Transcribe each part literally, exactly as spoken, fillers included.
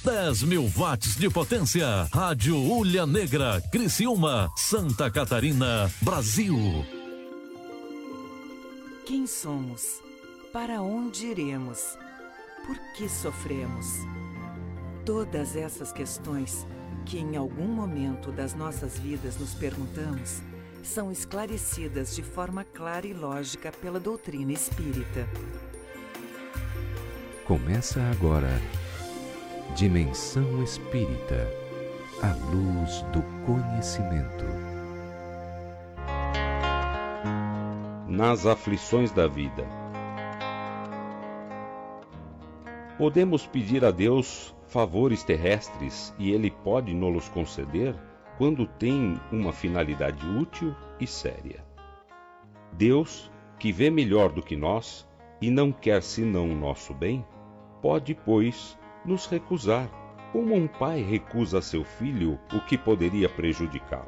dez mil watts de potência. Rádio Hulha Negra, Criciúma, Santa Catarina, Brasil. Quem somos? Para onde iremos? Por que sofremos? Todas essas questões que em algum momento das nossas vidas nos perguntamos são esclarecidas de forma clara e lógica pela doutrina espírita. Começa agora Dimensão Espírita, a luz do conhecimento. Nas aflições da vida. Podemos pedir a Deus favores terrestres e Ele pode nos conceder quando tem uma finalidade útil e séria. Deus, que vê melhor do que nós e não quer senão o nosso bem, pode, pois, nos recusar, como um pai recusa a seu filho o que poderia prejudicá-lo.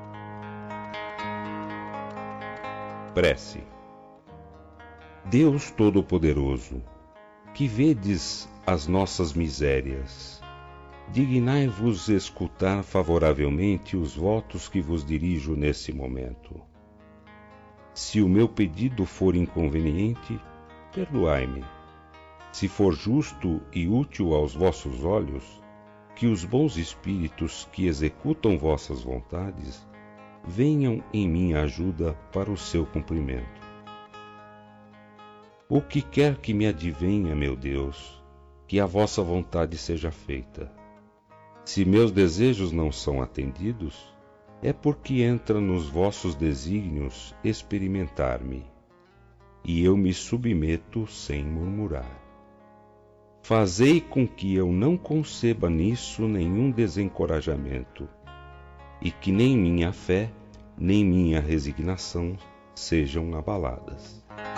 Prece. Deus Todo-Poderoso, que vedes as nossas misérias, dignai-vos escutar favoravelmente os votos que vos dirijo nesse momento. Se o meu pedido for inconveniente, perdoai-me. Se for justo e útil aos vossos olhos, que os bons espíritos que executam vossas vontades venham em minha ajuda para o seu cumprimento. O que quer que me advenha, meu Deus, que a vossa vontade seja feita. Se meus desejos não são atendidos, é porque entra nos vossos desígnios experimentar-me, e eu me submeto sem murmurar. Fazei com que eu não conceba nisso nenhum desencorajamento, e que nem minha fé, nem minha resignação sejam abaladas.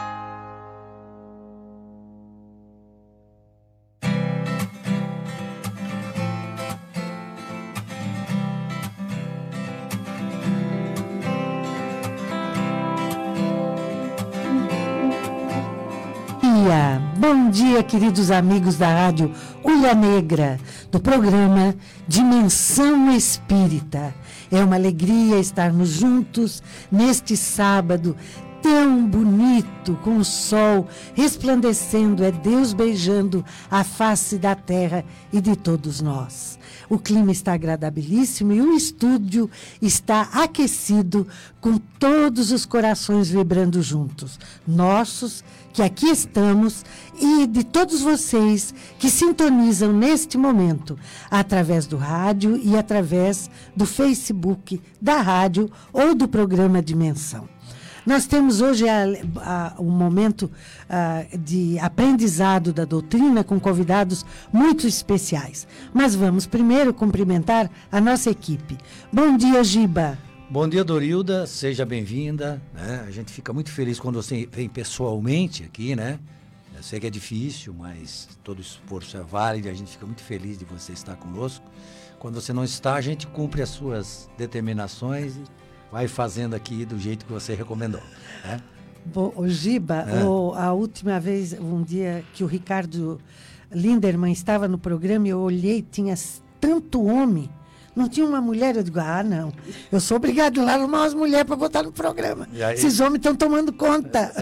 Bom dia, queridos amigos da Rádio Hulha Negra, do programa Dimensão Espírita. É uma alegria estarmos juntos neste sábado tão bonito, com o sol resplandecendo, é Deus beijando a face da terra e de todos nós. O clima está agradabilíssimo e o estúdio está aquecido com todos os corações vibrando juntos. Nossos, que aqui estamos, e de todos vocês que sintonizam neste momento, através do rádio e através do Facebook da rádio ou do programa Dimensão. Nós temos hoje a, a, um momento a, de aprendizado da doutrina com convidados muito especiais. Mas vamos primeiro cumprimentar a nossa equipe. Bom dia, Giba. Bom dia, Dorilda. Seja bem-vinda. Né? A gente fica muito feliz quando você vem pessoalmente aqui, né? Eu sei que é difícil, mas todo esforço é válido. A gente fica muito feliz de você estar conosco. Quando você não está, a gente cumpre as suas determinações e vai fazendo aqui do jeito que você recomendou, né? Bom, o Giba, é. o, a última vez, um dia que o Ricardo Linderman estava no programa, eu olhei, tinha tanto homem, não tinha uma mulher. Eu digo, ah, não, eu sou obrigado a arrumar umas mulheres para botar no programa. Aí... Esses homens estão tomando conta.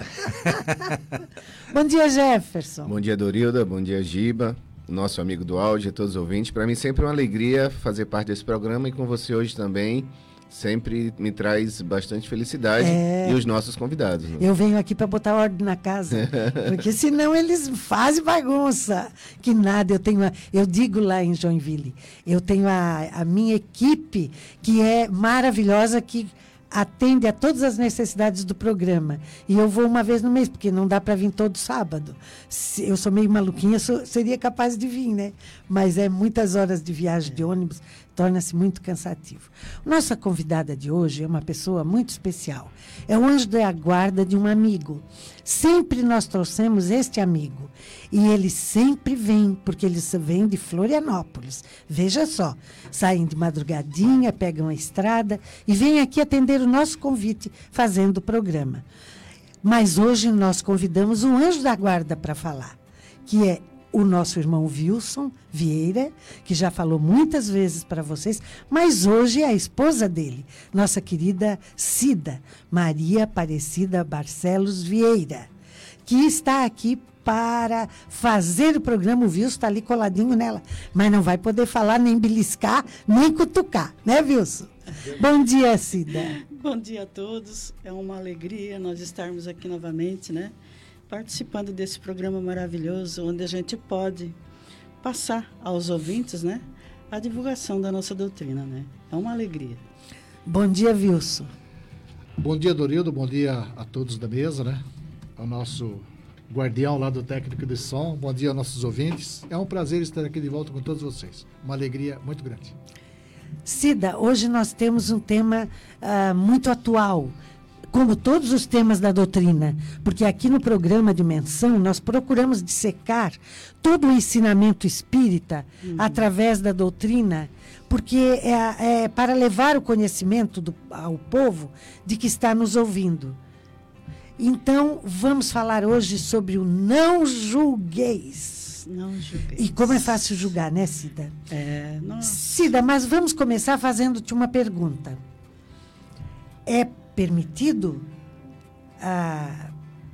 Bom dia, Jefferson. Bom dia, Dorilda. Bom dia, Giba. Nosso amigo do áudio, a todos os ouvintes. Para mim sempre é uma alegria fazer parte desse programa e com você hoje também. Sempre me traz bastante felicidade. É... E os nossos convidados. Né? Eu venho aqui para botar ordem na casa, porque senão eles fazem bagunça. Que nada, eu tenho, a, eu digo lá em Joinville, eu tenho a, a minha equipe que é maravilhosa, que atende a todas as necessidades do programa. E eu vou uma vez no mês, porque não dá para vir todo sábado. Se eu sou meio maluquinha, sou, seria capaz de vir, né? Mas é muitas horas de viagem de ônibus, torna-se muito cansativo. Nossa convidada de hoje é uma pessoa muito especial. É o anjo da guarda de um amigo. Sempre nós trouxemos este amigo. E ele sempre vem, porque eles vêm de Florianópolis. Veja só, saem de madrugadinha, pegam a estrada e vêm aqui atender o nosso convite, fazendo o programa. Mas hoje nós convidamos um anjo da guarda para falar, que é o nosso irmão Wilson Vieira, que já falou muitas vezes para vocês, mas hoje é a esposa dele, nossa querida Cida, Maria Aparecida Barcelos Vieira, que está aqui para fazer o programa. O Wilson está ali coladinho nela, mas não vai poder falar, nem beliscar, nem cutucar, né, Wilson? Bom dia, Cida. Bom dia a todos. É uma alegria nós estarmos aqui novamente, né? Participando desse programa maravilhoso, onde a gente pode passar aos ouvintes, né, a divulgação da nossa doutrina, né? É uma alegria. Bom dia, Wilson. Bom dia, Dorildo. Bom dia a todos da mesa, né? Ao nosso guardião lá do técnico de som. Bom dia aos nossos ouvintes. É um prazer estar aqui de volta com todos vocês. Uma alegria muito grande. Cida, hoje nós temos um tema uh, muito atual, como todos os temas da doutrina, porque aqui no programa Dimensão nós procuramos dissecar todo o ensinamento espírita uhum. através da doutrina, porque é, é para levar o conhecimento do, ao povo de que está nos ouvindo. Então, vamos falar hoje sobre o não julgueis. Não julgueis. E como é fácil julgar, né, Cida? É, nossa. Cida, mas vamos começar fazendo-te uma pergunta. É permitido ah,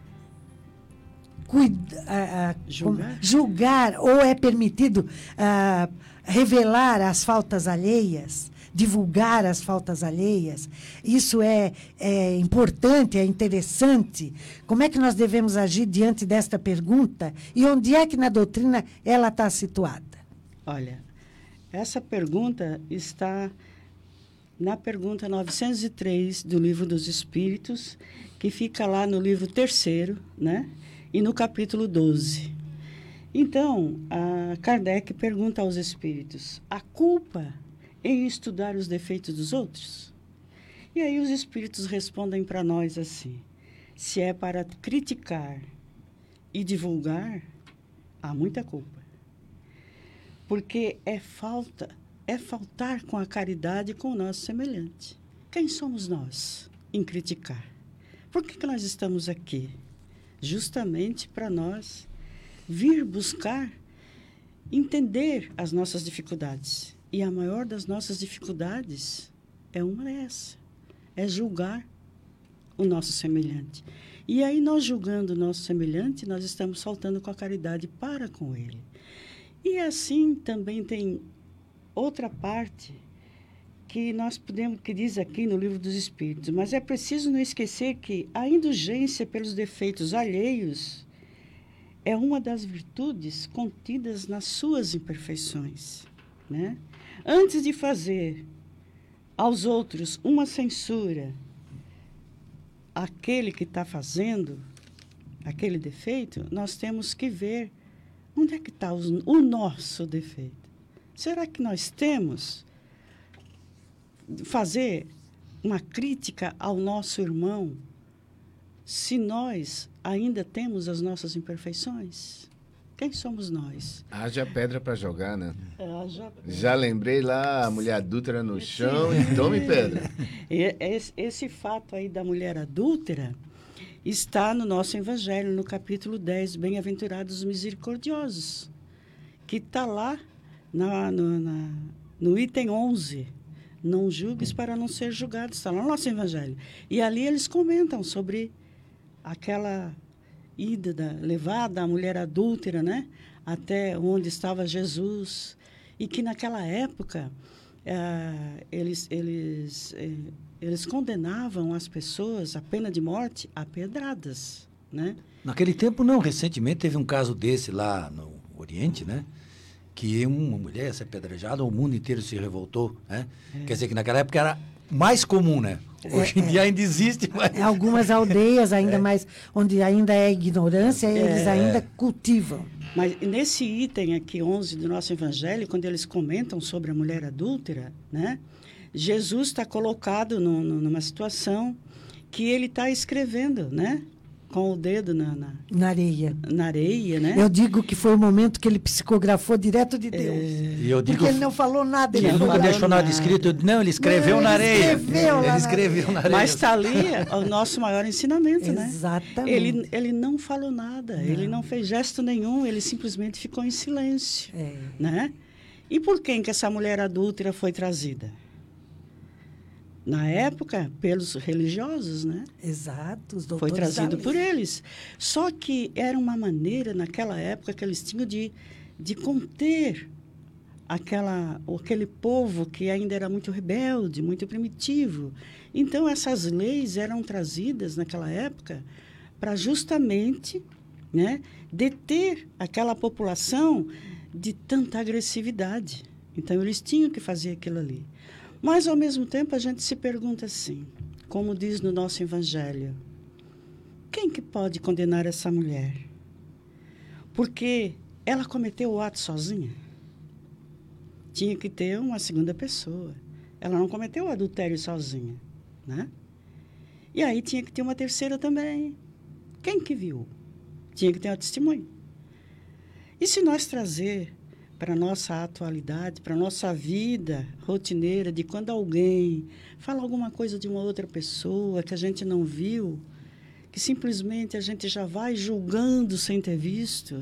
cuida, ah, julgar? julgar ou é permitido ah, revelar as faltas alheias, divulgar as faltas alheias? Isso é, é importante, é interessante? Como é que nós devemos agir diante desta pergunta e onde é que na doutrina ela está situada? Olha, essa pergunta está na pergunta novecentos e três do Livro dos Espíritos, que fica lá no livro terceiro, né? E no capítulo doze. Então, a Kardec pergunta aos espíritos: a culpa em estudar os defeitos dos outros? E aí os espíritos respondem para nós assim: se é para criticar e divulgar, há muita culpa. Porque é falta... é faltar com a caridade com o nosso semelhante. Quem somos nós em criticar? Por que que nós estamos aqui? Justamente para nós vir buscar entender as nossas dificuldades. E a maior das nossas dificuldades é uma dessa, é julgar o nosso semelhante. E aí, nós julgando o nosso semelhante, nós estamos faltando com a caridade para com ele. E assim também tem outra parte que nós podemos, que diz aqui no Livro dos Espíritos, mas é preciso não esquecer que a indulgência pelos defeitos alheios é uma das virtudes contidas nas suas imperfeições, né? Antes de fazer aos outros uma censura, aquele que está fazendo aquele defeito, nós temos que ver onde é que está o nosso defeito. Será que nós temos fazer uma crítica ao nosso irmão se nós ainda temos as nossas imperfeições? Quem somos nós? Haja pedra para jogar, né? É, haja... Já lembrei lá a mulher adúltera no chão e tome pedra. Esse, esse fato aí da mulher adúltera está no nosso Evangelho, no capítulo dez, Bem-aventurados os misericordiosos, que está lá na, no, na, no item onze. Não julgues para não ser julgado. Está lá no nosso Evangelho. E ali eles comentam sobre aquela ida, da, levada a mulher adúltera, né? Até onde estava Jesus. E que naquela época eh, eles, eles, eh, eles condenavam as pessoas à pena de morte a pedradas, né? Naquele tempo não. Recentemente teve um caso desse lá no Oriente, né? Que uma mulher ia ser apedrejada, o mundo inteiro se revoltou, né? É. Quer dizer que naquela época era mais comum, né? Hoje em é, dia ainda existe, mas... É, algumas aldeias ainda é. mais, onde ainda é ignorância, é. eles ainda cultivam. Mas nesse item aqui, onze do nosso Evangelho, quando eles comentam sobre a mulher adúltera, né? Jesus está colocado no, no, numa situação que ele está escrevendo, né? com o dedo na, na, na areia. Na areia, né? Eu digo que foi o momento que ele psicografou direto de Deus. É... E eu digo, porque ele não falou nada. Ele, ele nunca deixou nada escrito. Não, ele escreveu não, ele na areia. Escreveu ele escreveu na, na areia. Mas está ali o nosso maior ensinamento, né? Exatamente. Ele, ele não falou nada, não. Ele não fez gesto nenhum, ele simplesmente ficou em silêncio. É. Né? E por quem que essa mulher adúltera foi trazida? Na época, pelos religiosos, né? Exato, os doutores. Foi trazido por eles. Só que era uma maneira, naquela época, que eles tinham de, de conter aquela, aquele povo que ainda era muito rebelde, muito primitivo. Então, essas leis eram trazidas, naquela época, para justamente, né, deter aquela população de tanta agressividade. Então, eles tinham que fazer aquilo ali. Mas, ao mesmo tempo, a gente se pergunta assim, como diz no nosso Evangelho, quem que pode condenar essa mulher? Porque ela cometeu o ato sozinha. Tinha que ter uma segunda pessoa. Ela não cometeu o adultério sozinha, né? E aí tinha que ter uma terceira também. Quem que viu? Tinha que ter uma testemunha. E se nós trazer para a nossa atualidade, para a nossa vida rotineira, de quando alguém fala alguma coisa de uma outra pessoa que a gente não viu, que simplesmente a gente já vai julgando sem ter visto,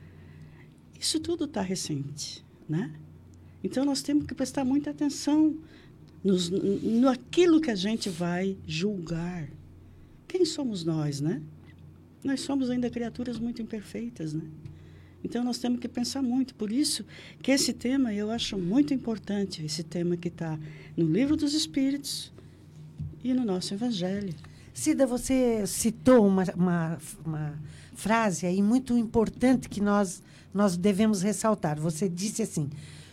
isso tudo está recente, né? Então, nós temos que prestar muita atenção nos, naquilo que a gente vai julgar. Quem somos nós, né? Nós somos ainda criaturas muito imperfeitas, né? Então, nós temos que pensar muito. Por isso que esse tema, eu acho muito importante, esse tema que está no Livro dos Espíritos e no nosso Evangelho. Cida, você citou uma, uma, uma frase aí muito importante que nós, nós devemos ressaltar. Você disse assim,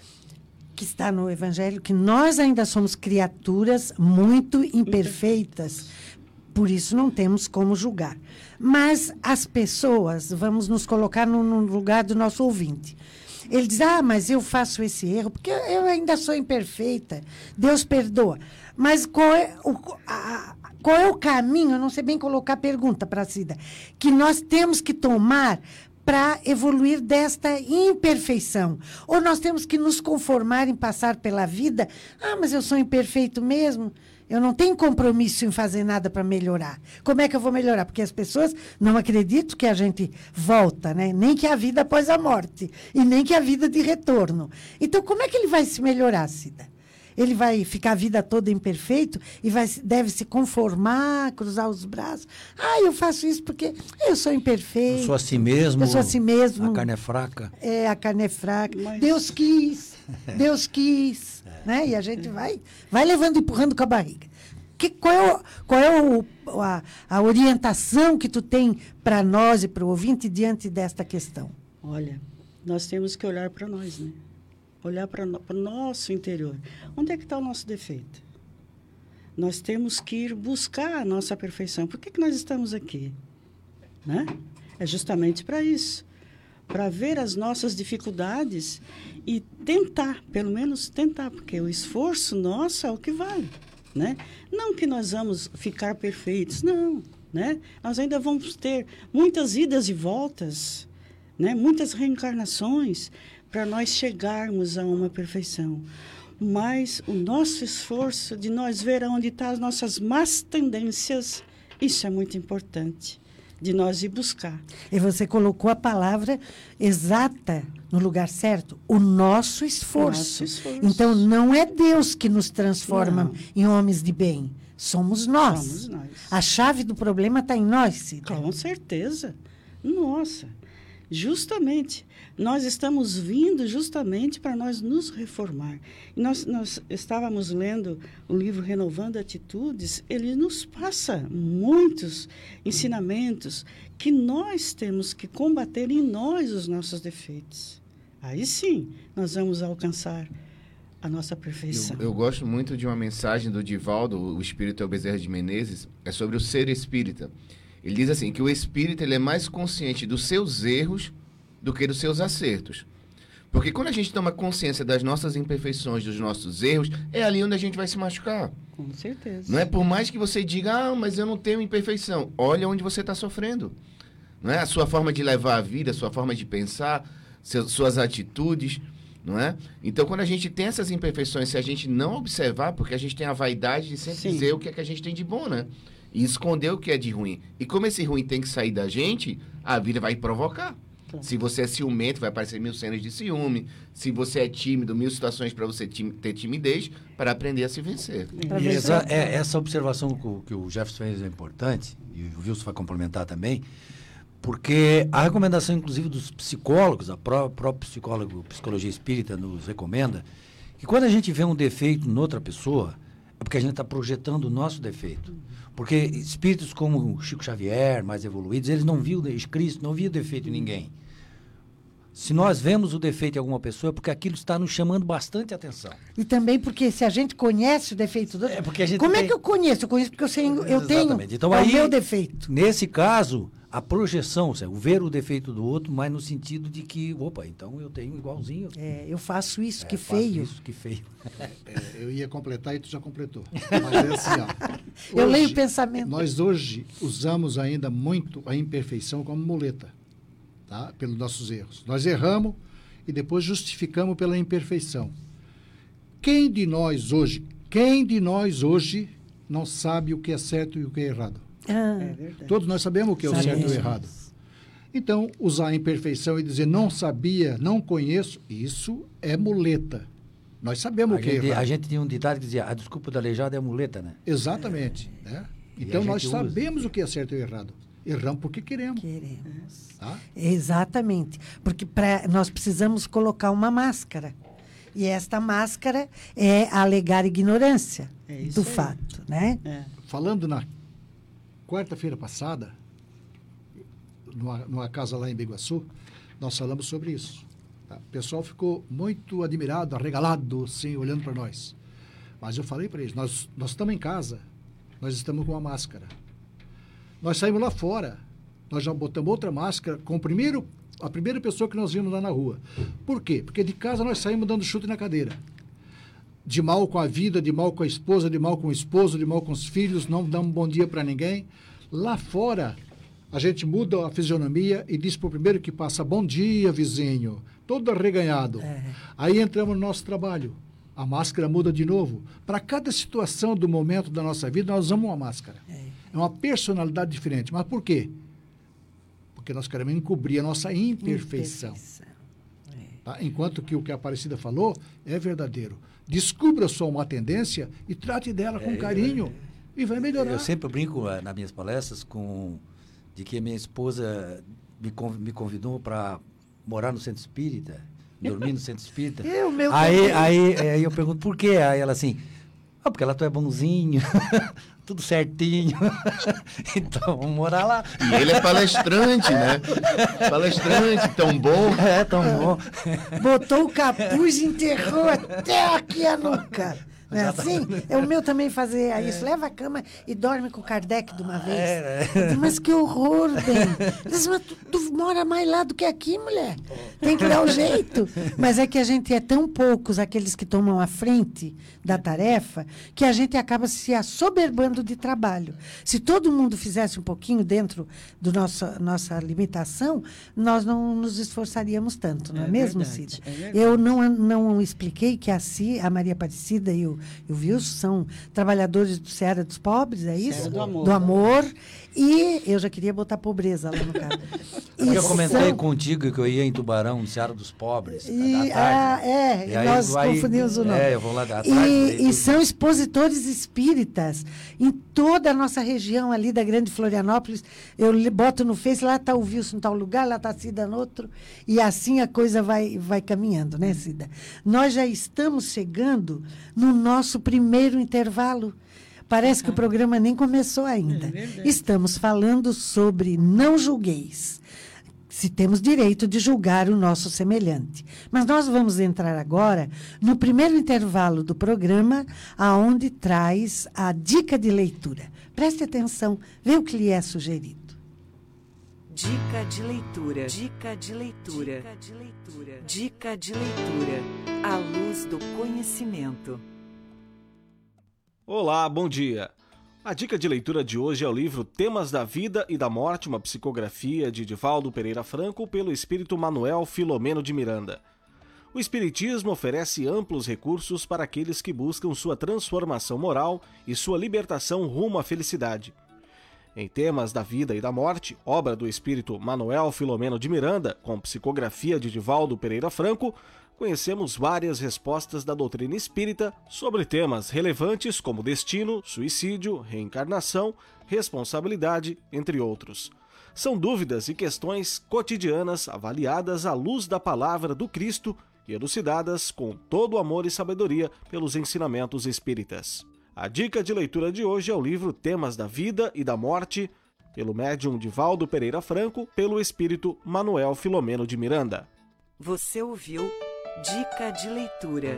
que está no Evangelho, que nós ainda somos criaturas muito imperfeitas, por isso não temos como julgar. Mas as pessoas, vamos nos colocar no, no lugar do nosso ouvinte. Ele diz, ah, mas eu faço esse erro, porque eu ainda sou imperfeita, Deus perdoa. Mas qual é o, a, qual é o caminho, eu não sei bem colocar a pergunta para a Cida, que nós temos que tomar para evoluir desta imperfeição? Ou nós temos que nos conformar em passar pela vida, ah, mas eu sou imperfeito mesmo, eu não tenho compromisso em fazer nada para melhorar. Como é que eu vou melhorar? Porque as pessoas não acreditam que a gente volta, né? Nem que a vida após a morte, e nem que a vida de retorno. Então, como é que ele vai se melhorar, Cida? Ele vai ficar a vida toda imperfeito e vai, deve se conformar, cruzar os braços. Ah, eu faço isso porque eu sou imperfeito. Eu sou assim mesmo. Eu sou assim mesmo. A carne é fraca. É, a carne é fraca. Mas... Deus quis. Deus quis. É. Né? E a gente vai, vai levando, empurrando com a barriga. Que, qual é, o, qual é o, a, a orientação que tu tem para nós e para o ouvinte diante desta questão? Olha, nós temos que olhar para nós, né? Olhar para o nosso interior. Onde é que está o nosso defeito? Nós temos que ir buscar a nossa perfeição. Por que, que nós estamos aqui? Né? É justamente para isso. Para ver as nossas dificuldades e tentar, pelo menos tentar, porque o esforço nosso é o que vale. Né? Não que nós vamos ficar perfeitos, não. Né? Nós ainda vamos ter muitas idas e voltas, né? Muitas reencarnações, para nós chegarmos a uma perfeição. Mas o nosso esforço de nós ver onde estão as nossas más tendências, isso é muito importante, de nós ir buscar. E você colocou a palavra exata no lugar certo, o nosso esforço. Nosso esforço. Então, não é Deus que nos transforma não. em homens de bem, somos nós. Somos nós. A chave do problema está em nós, Cida. Com certeza. Nossa. Justamente, nós estamos vindo justamente para nós nos reformar. E nós, nós estávamos lendo o livro Renovando Atitudes, ele nos passa muitos ensinamentos que nós temos que combater em nós os nossos defeitos. Aí sim, nós vamos alcançar a nossa perfeição. Eu, eu gosto muito de uma mensagem do Divaldo, o Espírito é o Bezerra de Menezes, é sobre o ser espírita. Ele diz assim, que o espírita ele é mais consciente dos seus erros do que dos seus acertos. Porque quando a gente toma consciência das nossas imperfeições, dos nossos erros, é ali onde a gente vai se machucar. Com certeza. Não é? Por mais que você diga, ah, mas eu não tenho imperfeição. Olha onde você está sofrendo. Não é? A sua forma de levar a vida, a sua forma de pensar, seus, suas atitudes, não é? Então, quando a gente tem essas imperfeições, se a gente não observar, porque a gente tem a vaidade de sempre Sim. dizer o que é que a gente tem de bom, né? E esconder o que é de ruim. E como esse ruim tem que sair da gente, a vida vai provocar. Claro. Se você é ciumento, vai aparecer mil cenas de ciúme. Se você é tímido, mil situações para você tim- ter timidez, para aprender a se vencer. E essa, é, essa observação que o, que o Jefferson fez é importante, e o Wilson vai complementar também, porque a recomendação, inclusive, dos psicólogos, a pró- própria psicólogo, psicologia espírita nos recomenda, que quando a gente vê um defeito noutra pessoa, é porque a gente está projetando o nosso defeito. Porque espíritos como Chico Xavier, mais evoluídos, eles não viam, Cristo não via defeito em ninguém. Se nós vemos o defeito em alguma pessoa, é porque aquilo está nos chamando bastante atenção. E também porque se a gente conhece o defeito do outro... É porque a gente Como tem... é que eu conheço? Eu conheço porque eu, sei, eu tenho então, é aí, o meu defeito. Nesse caso, a projeção, ou seja, o ver o defeito do outro, mas no sentido de que, opa, então eu tenho igualzinho. É, eu faço isso, é, que faço feio. Isso, que feio. É, eu ia completar e tu já completou. Mas é assim, ó. Eu Hoje, leio o pensamento. Nós hoje usamos ainda muito a imperfeição como muleta, tá? Pelos nossos erros. Nós erramos e depois justificamos pela imperfeição. Quem de nós hoje, quem de nós hoje não sabe o que é certo e o que é errado? Ah, É verdade. Todos nós sabemos o que é o Sabemos. certo e o errado. Então, usar a imperfeição e dizer não sabia, não conheço, isso é muleta. Nós sabemos A o que é gente, errado. a gente tinha um ditado que dizia, a desculpa da aleijada é a muleta, né? Exatamente. Né? E Então, a nós gente usa. sabemos o que é certo e errado. Erramos porque queremos. queremos. Tá? Exatamente. Porque pra, nós precisamos colocar uma máscara. E esta máscara é alegar ignorância É isso do aí. fato, né? É. Falando na quarta-feira passada, numa, numa casa lá em Biguaçu, nós falamos sobre isso. Tá? O pessoal ficou muito admirado, arregalado, assim, olhando para nós. Mas eu falei para eles, nós, nós estamos em casa, nós estamos com uma máscara. Nós saímos lá fora, nós já botamos outra máscara com o primeiro, a primeira pessoa que nós vimos lá na rua. Por quê? Porque de casa nós saímos dando chute na cadeira. De mal com a vida, de mal com a esposa, de mal com o esposo, de mal com os filhos, não damos bom dia para ninguém. Lá fora, a gente muda a fisionomia e diz para o primeiro que passa, bom dia, vizinho, todo arreganhado. É. Aí entramos no nosso trabalho. A máscara muda de novo. Para cada situação do momento da nossa vida, nós usamos uma máscara. É. é uma personalidade diferente. Mas por quê? Porque nós queremos encobrir a nossa imperfeição. Imperfeição. Tá? Enquanto que o que a Aparecida falou é verdadeiro. Descubra só uma tendência e trate dela com É, carinho e vai melhorar. Eu sempre brinco eh, nas minhas palestras com de que a minha esposa me, conv- me convidou para morar no centro espírita, dormir no centro espírita. Eu, meu aí, também. aí, aí eu pergunto por quê? Aí ela assim, ah, porque lá tu é bonzinho, tudo certinho. Então, vamos morar lá. E ele é palestrante, né? Palestrante, tão bom. É, tão bom. Botou o capuz e enterrou até aqui a nuca. Não é assim? É o meu também fazer isso. Leva a cama e dorme com o Kardec de uma vez. É, Eu digo, mas que horror, bem. Diz, mas tu, tu mora mais lá do que aqui, mulher. Tem que dar o jeito. Mas é que a gente é tão poucos, aqueles que tomam a frente da tarefa, que a gente acaba se assoberbando de trabalho. Se todo mundo fizesse um pouquinho dentro da nossa, nossa limitação, nós não nos esforçaríamos tanto, não é, É mesmo, verdade, Cida? é verdade. Eu não, não expliquei que a, Ci, a Maria Aparecida e o, e o Wilson são trabalhadores do Seara dos Pobres, é isso? Seara do Amor. Do amor. E eu já queria botar pobreza lá no caso. Porque eu E comentei são- contigo que eu ia em Tubarão, no Seara dos Pobres, E, à tarde. ah, é, E aí nós vai- confundimos o nome. É, eu vou lá atrás. E, daí e tu- são expositores espíritas em toda a nossa região ali da Grande Florianópolis. Eu li- boto no Face, lá está o Wilson em tal lugar, lá está a Cida no outro. E assim a coisa vai, vai caminhando, né, Cida? Nós já estamos chegando no nosso primeiro intervalo. Parece que o programa nem começou ainda. É verdade. Estamos falando sobre não julgueis. Se temos direito de julgar o nosso semelhante. Mas nós vamos entrar agora no primeiro intervalo do programa, aonde traz a dica de leitura. Preste atenção, vê o que lhe é sugerido. Dica de leitura. Dica de leitura. Dica de leitura. Dica de leitura. À luz do conhecimento. Olá, bom dia. A dica de leitura de hoje é o livro Temas da Vida e da Morte, uma psicografia de Divaldo Pereira Franco pelo espírito Manuel Filomeno de Miranda. O Espiritismo oferece amplos recursos para aqueles que buscam sua transformação moral e sua libertação rumo à felicidade. Em Temas da Vida e da Morte, obra do espírito Manuel Filomeno de Miranda, com psicografia de Divaldo Pereira Franco, conhecemos várias respostas da doutrina espírita sobre temas relevantes como destino, suicídio, reencarnação, responsabilidade, entre outros. São dúvidas e questões cotidianas avaliadas à luz da palavra do Cristo e elucidadas com todo amor e sabedoria pelos ensinamentos espíritas. A dica de leitura de hoje é o livro Temas da Vida e da Morte, pelo médium Divaldo Pereira Franco, pelo espírito Manuel Filomeno de Miranda. Você ouviu Dica de Leitura.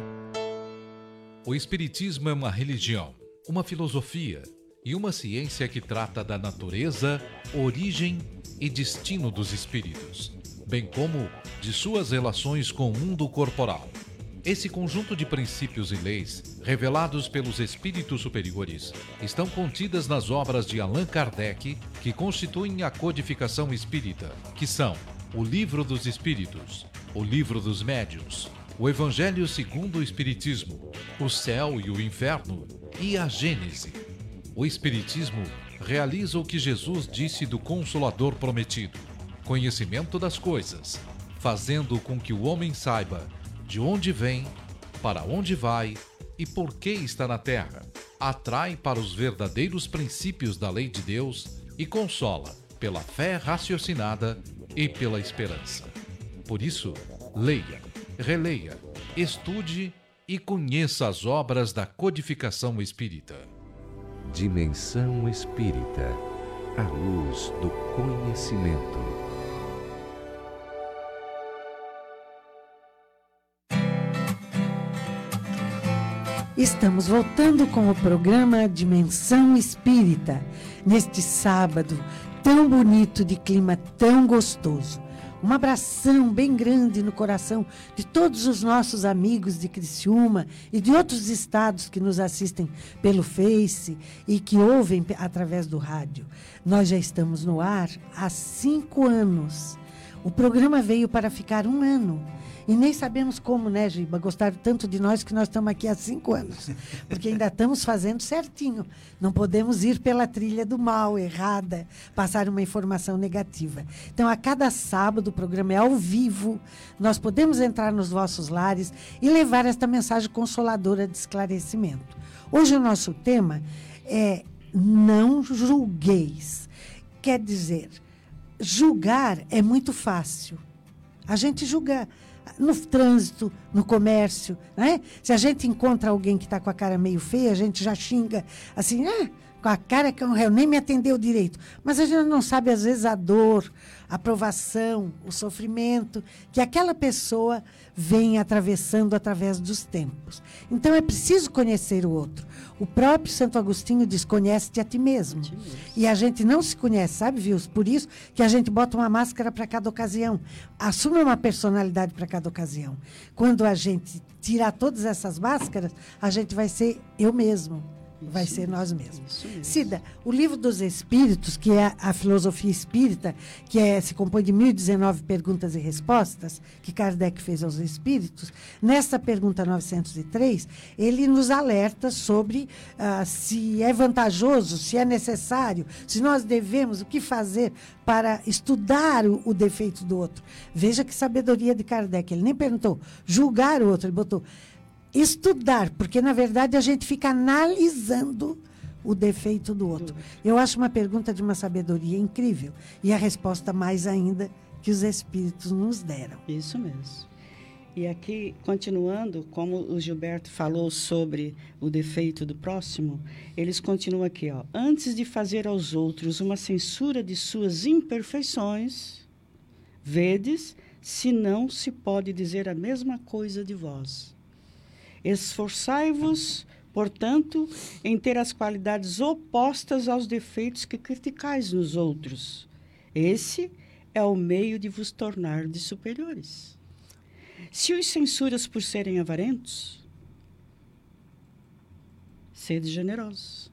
O Espiritismo é uma religião, uma filosofia e uma ciência que trata da natureza, origem e destino dos espíritos, bem como de suas relações com o mundo corporal. Esse conjunto de princípios e leis, revelados pelos espíritos superiores, estão contidas nas obras de Allan Kardec, que constituem a codificação espírita, que são o Livro dos Espíritos, o Livro dos Médiuns, o Evangelho segundo o Espiritismo, o Céu e o Inferno e a Gênese. O Espiritismo realiza o que Jesus disse do Consolador prometido, conhecimento das coisas, fazendo com que o homem saiba de onde vem, para onde vai e por que está na terra. Atrai para os verdadeiros princípios da lei de Deus e consola pela fé raciocinada e pela esperança. Por isso, leia, releia, estude e conheça as obras da codificação espírita. Dimensão Espírita, a luz do conhecimento. Estamos voltando com o programa Dimensão Espírita, neste sábado tão bonito, de clima tão gostoso. Um abração bem grande no coração de todos os nossos amigos de Criciúma e de outros estados que nos assistem pelo Face e que ouvem através do rádio. Nós já estamos no ar há cinco anos. O programa veio para ficar um ano. E nem sabemos como, né, Giba? Gostaram tanto de nós que nós estamos aqui há cinco anos. Porque ainda estamos fazendo certinho. Não podemos ir pela trilha do mal, errada, passar uma informação negativa. Então, a cada sábado, o programa é ao vivo. Nós podemos entrar nos vossos lares e levar esta mensagem consoladora de esclarecimento. Hoje o nosso tema é não julgueis. Quer dizer, julgar é muito fácil. A gente julga no trânsito, no comércio, né? Se a gente encontra alguém que está com a cara meio feia, a gente já xinga assim, ah, com a cara que eu nem me atendeu direito. Mas a gente não sabe, às vezes, a dor, a provação, o sofrimento que aquela pessoa vem atravessando através dos tempos. Então, é preciso conhecer o outro. O próprio Santo Agostinho diz, conhece-te a ti mesmo. Ti mesmo. E a gente não se conhece, sabe, Vils? Por isso que a gente bota uma máscara para cada ocasião. Assume uma personalidade para cada ocasião. Quando a gente tirar todas essas máscaras, a gente vai ser eu mesmo. Vai ser nós mesmos. Cida, o Livro dos Espíritos, que é a filosofia espírita, que é, se compõe de mil e dezenove perguntas e respostas, que Kardec fez aos espíritos, nessa pergunta novecentos e três, ele nos alerta sobre uh, se é vantajoso, se é necessário, se nós devemos, o que fazer para estudar o, o defeito do outro. Veja que sabedoria de Kardec. Ele nem perguntou julgar o outro, ele botou estudar, porque, na verdade, a gente fica analisando o defeito do outro. Eu acho uma pergunta de uma sabedoria incrível. E a resposta mais ainda que os espíritos nos deram. Isso mesmo. E aqui, continuando, como o Gilberto falou sobre o defeito do próximo, eles continuam aqui, ó. Antes de fazer aos outros uma censura de suas imperfeições, vedes se não se pode dizer a mesma coisa de vós. Esforçai-vos, portanto, em ter as qualidades opostas aos defeitos que criticais nos outros. Esse é o meio de vos tornar de superiores. Se os censuras por serem avarentos, sede generosos.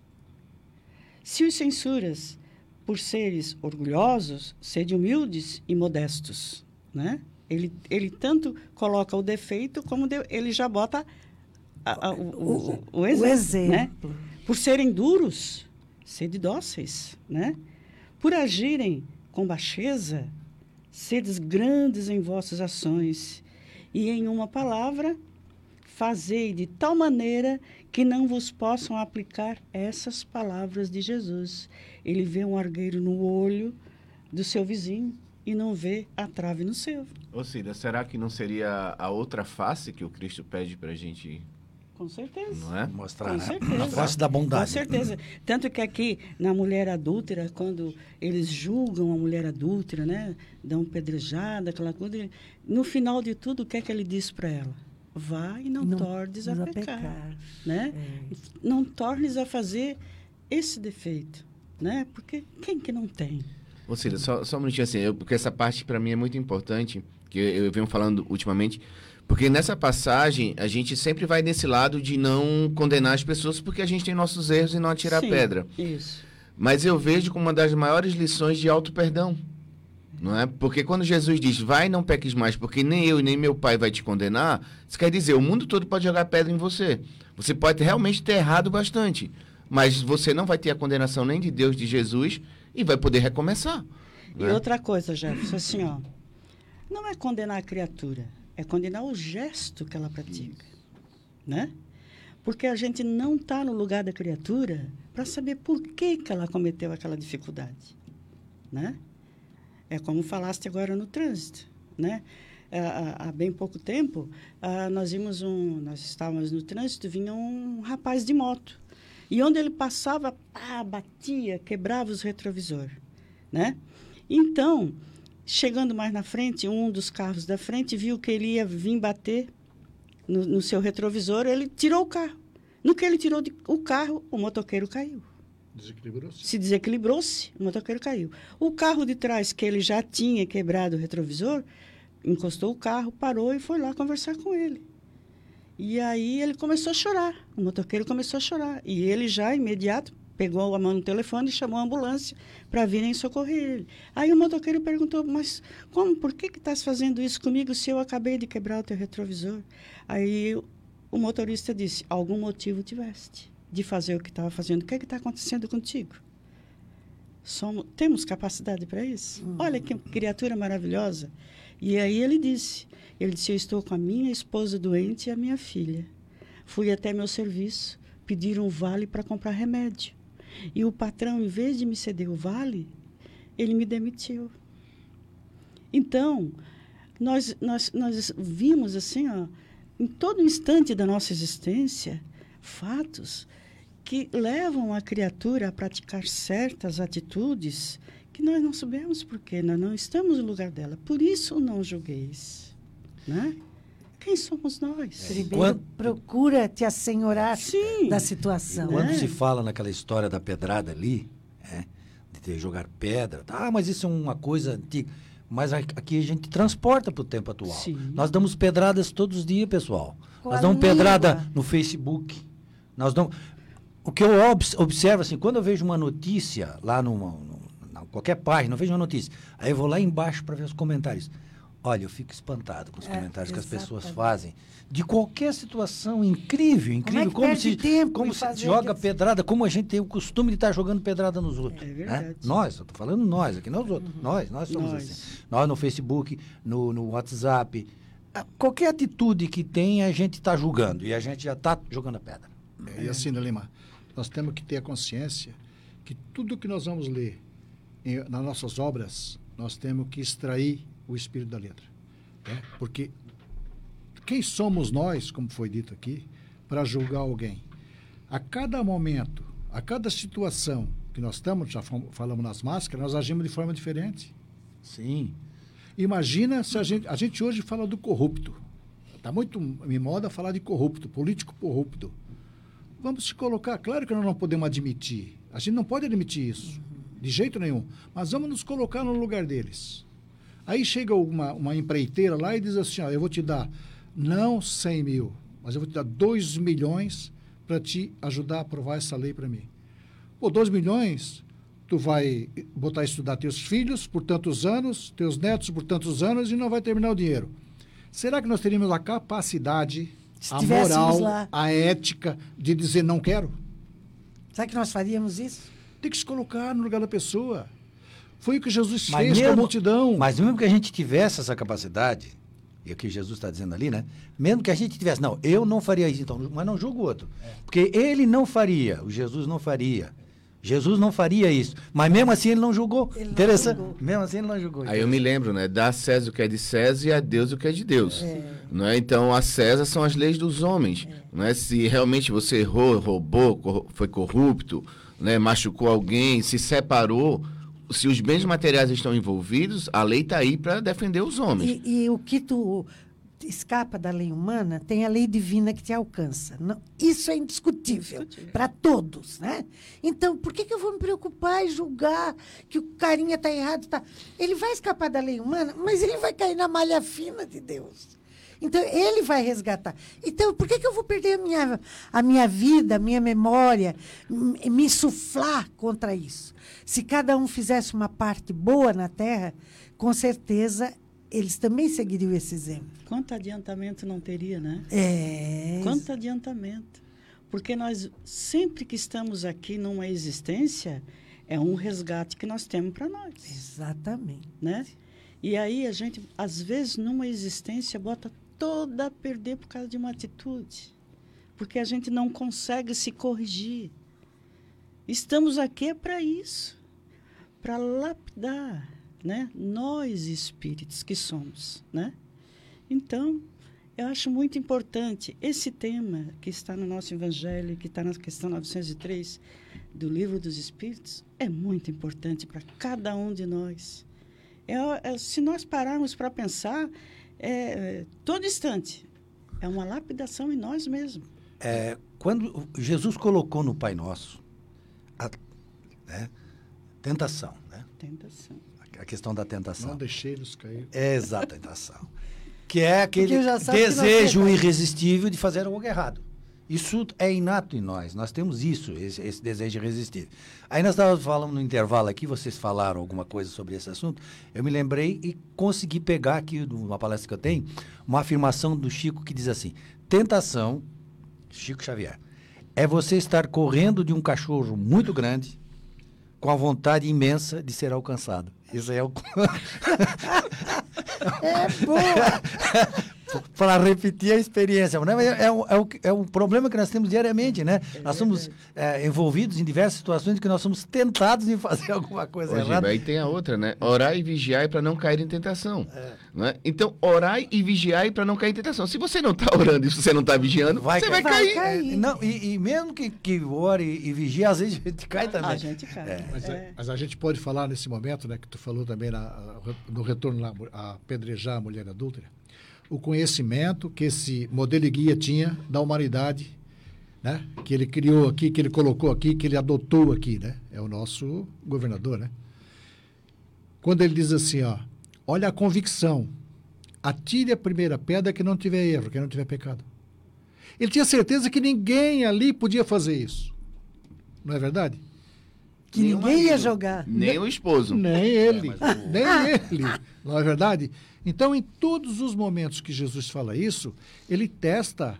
Se os censuras por seres orgulhosos, sede humildes e modestos, né? Ele, ele tanto coloca o defeito, como de, ele já bota a, a, o, o, o, o exemplo. O exemplo. Né? Por serem duros, sede dóceis, né? Por agirem com baixeza, sedes grandes em vossas ações, e em uma palavra, fazei de tal maneira que não vos possam aplicar essas palavras de Jesus. Ele vê um argueiro no olho do seu vizinho e não vê a trave no seu. Ô Cida, será que não seria a outra face que o Cristo pede para a gente? Com certeza. Não é? Mostrar, Com né? certeza. A face da bondade. Com certeza. Tanto que aqui, na mulher adúltera, quando eles julgam a mulher adúltera, né? Dão pedrejada, aquela coisa. No final de tudo, o que é que ele diz para ela? Vá e não, não tornes a pecar. pecar. Né? É. Não tornes a fazer esse defeito. Né? Porque quem que não tem? Ô Cida, só, só um minutinho assim, eu, porque essa parte para mim é muito importante, que eu, eu venho falando ultimamente. Porque nessa passagem, a gente sempre vai nesse lado de não condenar as pessoas porque a gente tem nossos erros e não atirar Sim, pedra. Isso. Mas eu vejo como uma das maiores lições de auto-perdão. Não é? Porque quando Jesus diz, vai e não peques mais, porque nem eu e nem meu pai vai te condenar, isso quer dizer, o mundo todo pode jogar pedra em você. Você pode realmente ter errado bastante, mas você não vai ter a condenação nem de Deus, de Jesus, e vai poder recomeçar. E né? outra coisa, Jefferson, assim, ó, não é condenar a criatura, é condenar o gesto que ela pratica, né? Porque a gente não está no lugar da criatura para saber por que, que ela cometeu aquela dificuldade, né? É como falaste agora no trânsito, né? Há, há bem pouco tempo, ah, nós vimos um, nós estávamos no trânsito, vinha um rapaz de moto. E onde ele passava, pá, batia, quebrava os retrovisores, né? Então, chegando mais na frente, um dos carros da frente viu que ele ia vir bater no, no seu retrovisor, ele tirou o carro. No que ele tirou de, o carro, o motoqueiro caiu. Desequilibrou-se. Se desequilibrou-se, o motoqueiro caiu. O carro de trás, que ele já tinha quebrado o retrovisor, encostou o carro, parou e foi lá conversar com ele. E aí ele começou a chorar. O motoqueiro começou a chorar. E ele já, imediato, pegou a mão no telefone e chamou a ambulância para virem socorrer ele. Aí o motoqueiro perguntou, mas como, por que que estás fazendo isso comigo se eu acabei de quebrar o teu retrovisor? Aí o motorista disse, algum motivo tiveste de fazer o que estava fazendo. O que é que está acontecendo contigo? Somos, temos capacidade para isso? Uhum. Olha que criatura maravilhosa. E aí ele disse, ele disse, eu estou com a minha esposa doente e a minha filha. Fui até meu serviço, pedir um vale para comprar remédio. E o patrão, em vez de me ceder o vale, ele me demitiu. Então, nós, nós, nós vimos assim, ó, em todo instante da nossa existência, fatos que levam a criatura a praticar certas atitudes que nós não sabemos por quê, nós não estamos no lugar dela. Por isso, não julgueis. Né? Quem somos nós? Primeiro, Quando... procura te assenhorar Sim. da situação. Quando É. se fala naquela história da pedrada ali, é, de ter, jogar pedra, ah, mas isso é uma coisa antiga. Mas aqui a gente transporta para o tempo atual. Sim. Nós damos pedradas todos os dias, pessoal. Com Nós a damos língua. pedrada no Facebook. Nós damos... O que eu obs- observo, assim, quando eu vejo uma notícia lá numa, numa, qualquer página, eu vejo uma notícia, aí eu vou lá embaixo para ver os comentários. Olha, eu fico espantado com os É, comentários que as pessoas exatamente. fazem. De qualquer situação incrível, incrível. Como é que perde se, tempo como em se fazer joga aquilo? pedrada, como a gente tem o costume de estar jogando pedrada nos outros. É né? verdade. Nós, eu estou falando nós, aqui não os outros. Uhum. Nós, nós somos Nós. assim. Nós no Facebook, no, no WhatsApp. Ah, qualquer atitude que tem, a gente está julgando. E a gente já está jogando a pedra. É, e assim, né, Lima, nós temos que ter a consciência que tudo que nós vamos ler em, nas nossas obras, nós temos que extrair o espírito da letra. Né? Porque quem somos nós, como foi dito aqui, para julgar alguém? A cada momento, a cada situação que nós estamos, já fom- falamos nas máscaras, nós agimos de forma diferente. Sim. Imagina se a gente, a gente hoje fala do corrupto. Está muito em moda falar de corrupto, político corrupto. Vamos se colocar, claro que nós não podemos admitir. A gente não pode admitir isso, de jeito nenhum. Mas vamos nos colocar no lugar deles. Aí chega uma, uma empreiteira lá e diz assim, ó, eu vou te dar não cem mil, mas eu vou te dar dois milhões para te ajudar a aprovar essa lei para mim. Pô, dois milhões, tu vai botar a estudar teus filhos por tantos anos, teus netos por tantos anos e não vai terminar o dinheiro. Será que nós teríamos a capacidade, Se a moral, lá. a ética de dizer não quero? Será que nós faríamos isso? Tem que se colocar no lugar da pessoa. Foi o que Jesus Mas fez mesmo, com a multidão. Mas mesmo que a gente tivesse essa capacidade, e o que Jesus está dizendo ali, né? Mesmo que a gente tivesse, não, eu não faria isso, então, mas não julgo o outro. É. Porque ele não faria, o Jesus não faria. Jesus não faria isso. Mas mesmo assim ele não julgou. Ele Interessante. Não julgou. Mesmo assim ele não julgou. Aí eu me lembro, né? Dá a César o que é de César e a Deus o que é de Deus. É. Não é? Então, a César são as leis dos homens. É. Não é? Se realmente você errou, roubou, foi corrupto, né? Machucou alguém, se separou, se os bens materiais estão envolvidos, a lei está aí para defender os homens. E, e o que tu escapa da lei humana, tem a lei divina que te alcança. Não, isso é indiscutível para todos, né? Então, por que, que eu vou me preocupar e julgar que o carinha está errado? Tá? Ele vai escapar da lei humana, mas ele vai cair na malha fina de Deus. Então, ele vai resgatar. Então, por que, que eu vou perder a minha, a minha vida, a minha memória, me insuflar contra isso? Se cada um fizesse uma parte boa na Terra, com certeza eles também seguiriam esse exemplo. Quanto adiantamento não teria, né? É. Quanto adiantamento. Porque nós, sempre que estamos aqui numa existência, é um resgate que nós temos para nós. Exatamente. Né? E aí a gente, às vezes, numa existência, bota toda a perder por causa de uma atitude. Porque a gente não consegue se corrigir. Estamos aqui para isso. Para lapidar, né? Nós espíritos que somos, né? Então, eu acho muito importante esse tema que está no nosso Evangelho, que está na questão novecentos e três do Livro dos Espíritos, é muito importante para cada um de nós. É, é, se nós pararmos para pensar, é, todo instante, é uma lapidação em nós mesmos. É, quando Jesus colocou no Pai Nosso a, né, tentação, né? Tentação. A questão da tentação. Não deixei eles cair. É, exato, a tentação. Que é aquele desejo irresistível de fazer algo errado. Isso é inato em nós. Nós temos isso, esse, esse desejo irresistível. Aí nós estávamos falando no intervalo aqui, vocês falaram alguma coisa sobre esse assunto. Eu me lembrei e consegui pegar aqui, numa palestra que eu tenho, uma afirmação do Chico que diz assim: tentação, Chico Xavier, é você estar correndo de um cachorro muito grande com a vontade imensa de ser alcançado. Isso é o... É boa! Para repetir a experiência. Né? É, é, um, é, um, é um problema que nós temos diariamente, né? É nós somos é, envolvidos em diversas situações em que nós somos tentados em fazer alguma coisa Hoje, errada. Aí tem a outra, né? Orar e vigiar para não cair em tentação. É. Não é? Então, orar e vigiar para não cair em tentação. Se você não está orando e você não está vigiando, vai você cair. vai cair. Vai cair. É, não, e, e mesmo que, que ore e vigie, às vezes a gente cai também. A gente cai. É. Mas, é. mas a gente pode falar nesse momento, né, que tu falou também na, no retorno lá, a apedrejar a mulher adúltera, o conhecimento que esse modelo e guia tinha da humanidade, né? Que ele criou aqui, que ele colocou aqui, que ele adotou aqui, né? É o nosso governador, né? Quando ele diz assim, ó, olha a convicção, atire a primeira pedra que não tiver erro, que não tiver pecado. Ele tinha certeza que ninguém ali podia fazer isso. Não é verdade? Que nem ninguém ia jogar. Nem o esposo. Nem ele. É, o... Nem ele. Não é verdade? Então, em todos os momentos que Jesus fala isso, ele testa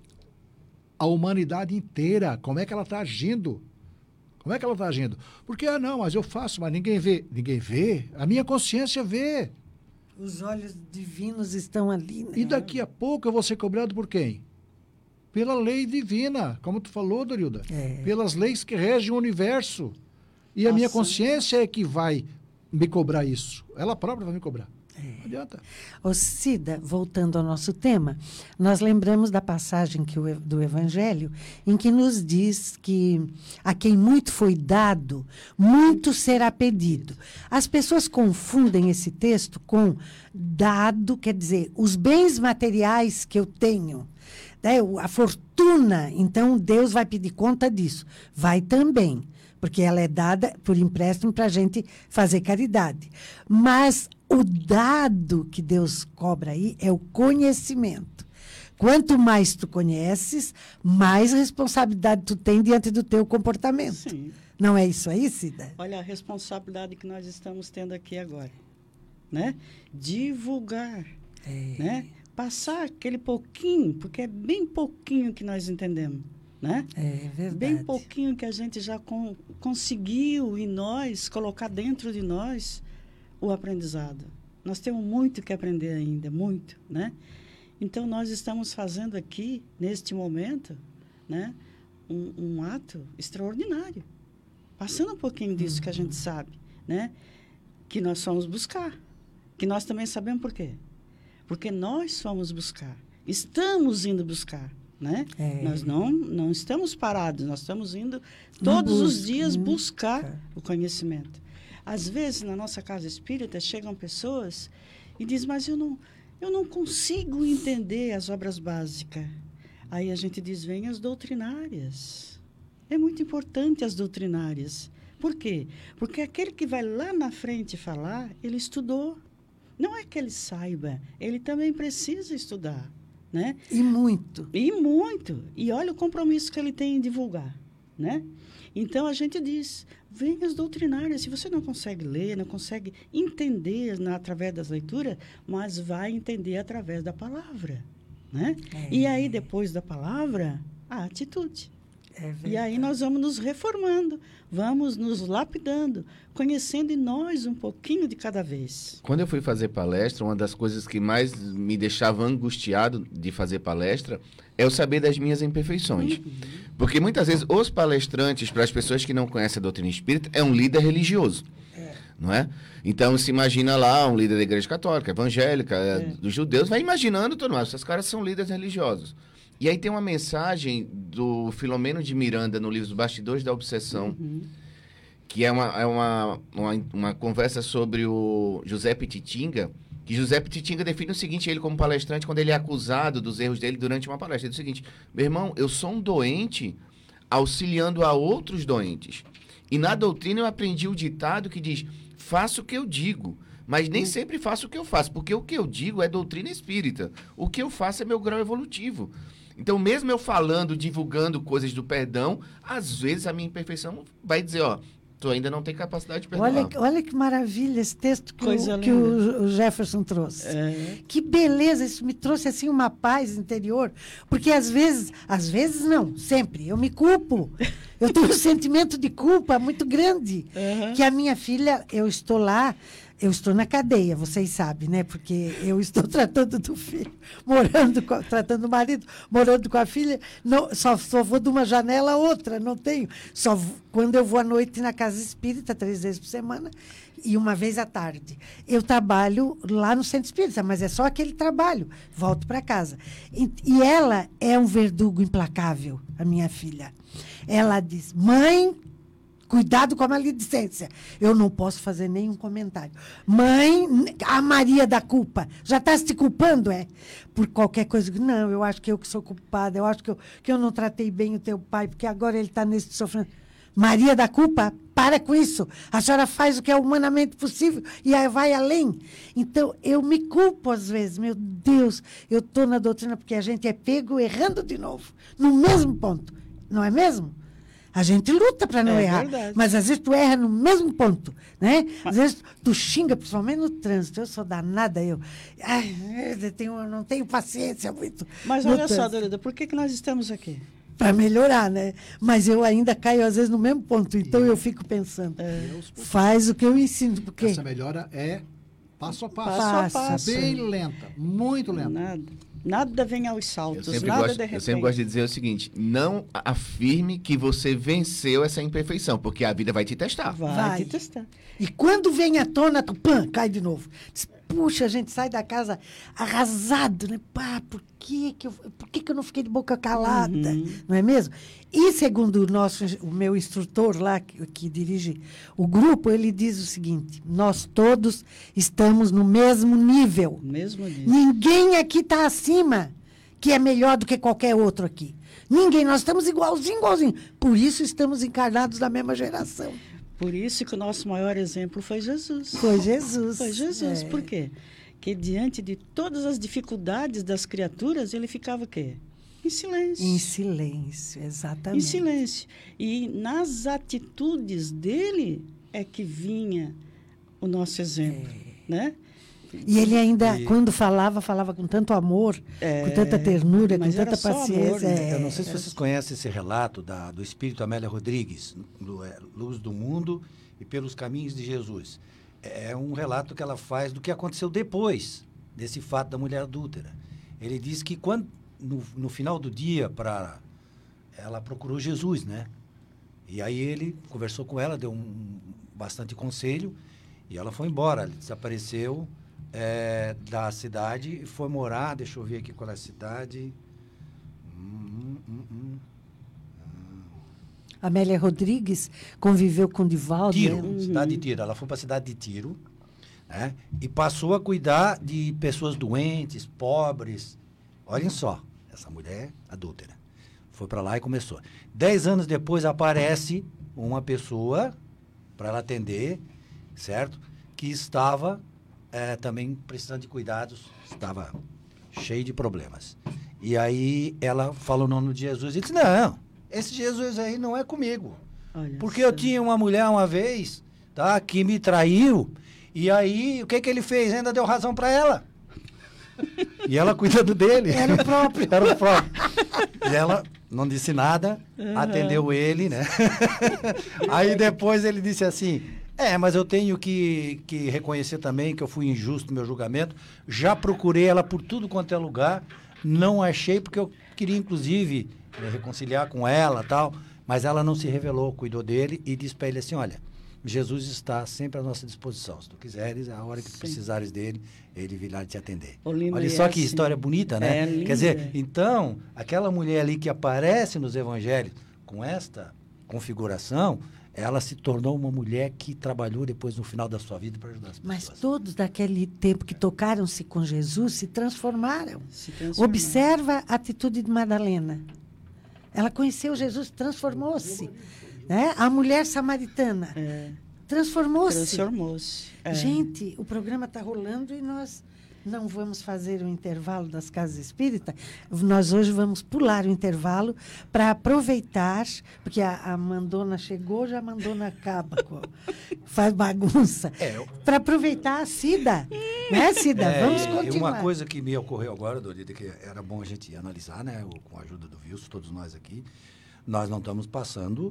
a humanidade inteira. Como é que ela está agindo? Como é que ela está agindo? Porque, ah, não, mas eu faço, mas ninguém vê. Ninguém vê? A minha consciência vê. Os olhos divinos estão ali, né? E daqui a pouco eu vou ser cobrado por quem? Pela lei divina, como tu falou, Dorilda. É. Pelas leis que regem o universo. E a Nossa. minha consciência é que vai me cobrar isso. Ela própria vai me cobrar. É. Não adianta. Ô Cida, voltando ao nosso tema, nós lembramos da passagem que o, do Evangelho, em que nos diz que a quem muito foi dado, muito será pedido. As pessoas confundem esse texto com dado, quer dizer, os bens materiais que eu tenho, né, a fortuna, então Deus vai pedir conta disso. Vai também, porque ela é dada por empréstimo para a gente fazer caridade. Mas O dado que Deus cobra aí é o conhecimento. Quanto mais tu conheces, mais responsabilidade tu tem diante do teu comportamento. Sim. Não é isso aí, Cida? Olha a responsabilidade que nós estamos tendo aqui agora, né? Divulgar, É. né? Passar aquele pouquinho, porque é bem pouquinho que nós entendemos, né? É verdade. Bem pouquinho que a gente já con- conseguiu em nós, colocar dentro de nós o aprendizado. Nós temos muito que aprender ainda, muito, né? Então, nós estamos fazendo aqui, neste momento, né, um, um ato extraordinário. Passando um pouquinho disso que a gente sabe, né? Que nós fomos buscar. Que nós também sabemos por quê. Porque nós fomos buscar. Estamos indo buscar, né? É. Nós não, não estamos parados. Nós estamos indo todos os busca, dias nunca. buscar o conhecimento. Às vezes, na nossa casa espírita, chegam pessoas e dizem, mas eu não, eu não consigo entender as obras básicas. Aí a gente diz, vem as doutrinárias. É muito importante as doutrinárias. Por quê? Porque aquele que vai lá na frente falar, ele estudou. Não é que ele saiba, ele também precisa estudar, né? E muito. E muito. E olha o compromisso que ele tem em divulgar, né? Então, a gente diz, vem as doutrinárias. Se você não consegue ler, não consegue entender na, através das leituras, mas vai entender através da palavra, né? É. E aí, depois da palavra, a atitude. É E aí nós vamos nos reformando, vamos nos lapidando, conhecendo em nós um pouquinho de cada vez. Quando eu fui fazer palestra, uma das coisas que mais me deixava angustiado de fazer palestra é o saber das minhas imperfeições. Uhum. Porque muitas vezes os palestrantes, para as pessoas que não conhecem a doutrina espírita, é um líder religioso. É. Não é? Então, se imagina lá um líder da igreja católica, evangélica, é. dos judeus, vai imaginando todo mundo, esses caras são líderes religiosos. E aí tem uma mensagem do Filomeno de Miranda no livro Os Bastidores da Obsessão, uhum. que é, uma, é uma, uma, uma conversa sobre o José Pititinga, que José Pititinga define o seguinte, ele como palestrante, quando ele é acusado dos erros dele durante uma palestra, ele diz o seguinte, meu irmão, eu sou um doente auxiliando a outros doentes. E na doutrina eu aprendi o ditado que diz, faço o que eu digo, mas nem sempre faço o que eu faço, porque o que eu digo é doutrina espírita. O que eu faço é meu grau evolutivo. Então, mesmo eu falando, divulgando coisas do perdão, às vezes a minha imperfeição vai dizer, ó, tu ainda não tem capacidade de perdoar. Olha, olha que maravilha esse texto que, o, que o, o Jefferson trouxe. É. Que beleza, isso me trouxe assim uma paz interior, porque às vezes, às vezes não, sempre, eu me culpo. Eu tenho um sentimento de culpa muito grande, uhum. que a minha filha, eu estou lá, eu estou na cadeia, vocês sabem, né? Porque eu estou tratando do filho, morando, com, tratando do marido, morando com a filha, não, só, só vou de uma janela a outra, não tenho. Só quando eu vou à noite na casa espírita, três vezes por semana, e uma vez à tarde. Eu trabalho lá no centro espírita, mas é só aquele trabalho. Volto para casa. E, e ela é um verdugo implacável, a minha filha. Ela diz, mãe... Cuidado com a maledicência. Eu não posso fazer nenhum comentário. Mãe, a Maria da culpa. Já está se culpando, é? Por qualquer coisa. Não, eu acho que eu que sou culpada. Eu acho que eu, que eu não tratei bem o teu pai, porque agora ele está nesse sofrimento. Maria da culpa, para com isso. A senhora faz o que é humanamente possível e aí vai além. Então, eu me culpo às vezes. Meu Deus, eu estou na doutrina porque a gente é pego errando de novo. No mesmo ponto. Não é mesmo? A gente luta para não é errar, verdade. Mas às vezes tu erra no mesmo ponto, né? Às vezes tu xinga, principalmente no trânsito. Eu sou danada, eu, ai, eu, tenho, eu não tenho paciência muito. Mas olha só, Dorida, por que, que nós estamos aqui? Para melhorar, né? Mas eu ainda caio, às vezes, no mesmo ponto. Então, eu fico pensando, é. faz o que eu ensino. Porque... Essa melhora é passo a passo. Passo a passo. Bem lenta, muito lenta. Nada. Nada vem aos saltos, eu sempre nada gosto, de repente. Eu sempre gosto de dizer o seguinte, não afirme que você venceu essa imperfeição, porque a vida vai te testar. Vai, vai. te testar. E quando vem à tona, tu pã, cai de novo. Diz, puxa, a gente sai da casa arrasado, né? Pá, por que que eu, por que que eu não fiquei de boca calada? Uhum. Não é mesmo? E segundo o, nosso, o meu instrutor lá, que, que dirige o grupo, ele diz o seguinte, nós todos estamos no mesmo nível. Mesmo nível. Ninguém aqui está acima, que é melhor do que qualquer outro aqui. Ninguém, nós estamos igualzinho, igualzinho. Por isso estamos encarnados na mesma geração. Por isso que o nosso maior exemplo foi Jesus. Foi Jesus. Foi Jesus. É. Por quê? Que diante de todas as dificuldades das criaturas, ele ficava o quê? Em silêncio. Em silêncio, exatamente. Em silêncio. E nas atitudes dele é que vinha o nosso exemplo, É. né? E ele ainda, E- quando falava, falava com tanto amor, É, com tanta ternura, com mas era tanta só amor, paciência. né? é. Eu não sei se vocês conhecem esse relato da, do espírito Amélia Rodrigues, do, é, Luz do Mundo e Pelos Caminhos de Jesus. É um relato que ela faz do que aconteceu depois desse fato da mulher adúltera. Ele diz que quando, no, no final do dia, pra, ela procurou Jesus, né? E aí ele conversou com ela, deu um, bastante conselho, e ela foi embora. Ele desapareceu é, da cidade e foi morar, deixa eu ver aqui qual é a cidade... Hum, hum, hum. Amélia Rodrigues conviveu com Divaldo. Tiro, né? cidade de Tiro. Ela foi para a cidade de Tiro, né? E passou a cuidar de pessoas doentes, pobres. Olhem só, essa mulher adúltera. Foi para lá e começou. Dez anos depois aparece uma pessoa para ela atender, certo? Que estava eh, também precisando de cuidados, estava cheio de problemas. E aí ela falou o nome de Jesus e disse, não, esse Jesus aí não é comigo. Olha Porque só. eu tinha uma mulher uma vez, tá, que me traiu, e aí o que que ele fez? Ainda deu razão para ela. E ela cuidando dele. Era o próprio. Era o próprio. E ela não disse nada, Uhum. atendeu ele, né? Aí depois ele disse assim, é, mas eu tenho que, que reconhecer também que eu fui injusto no meu julgamento, já procurei ela por tudo quanto é lugar, não achei, porque eu queria, inclusive, me reconciliar com ela e tal, mas ela não se revelou, cuidou dele e disse para ele assim, olha, Jesus está sempre à nossa disposição. Se tu quiseres, a hora que tu Sim. precisares dele, ele virá te atender. O lindo Olha é só que assim. história bonita, né? É linda. Quer dizer, então, aquela mulher ali que aparece nos evangelhos com esta configuração, ela se tornou uma mulher que trabalhou depois no final da sua vida para ajudar as pessoas. Mas todos daquele tempo que tocaram-se com Jesus se transformaram. Se transformou. Observa a atitude de Madalena. Ela conheceu Jesus, transformou-se. Né? A mulher samaritana É, transformou-se. transformou-se. É. Gente, o programa está rolando e nós não vamos fazer o intervalo das casas espíritas. Nós hoje vamos pular o intervalo para aproveitar, porque a, a Mandona chegou, já a Mandona acaba, com- faz bagunça. É, eu- Para aproveitar a Cida. Né, Cida? É, vamos e continuar. uma coisa que me ocorreu agora, Dorida, que era bom a gente analisar, né, o- com a ajuda do Wilson, todos nós aqui, nós não estamos passando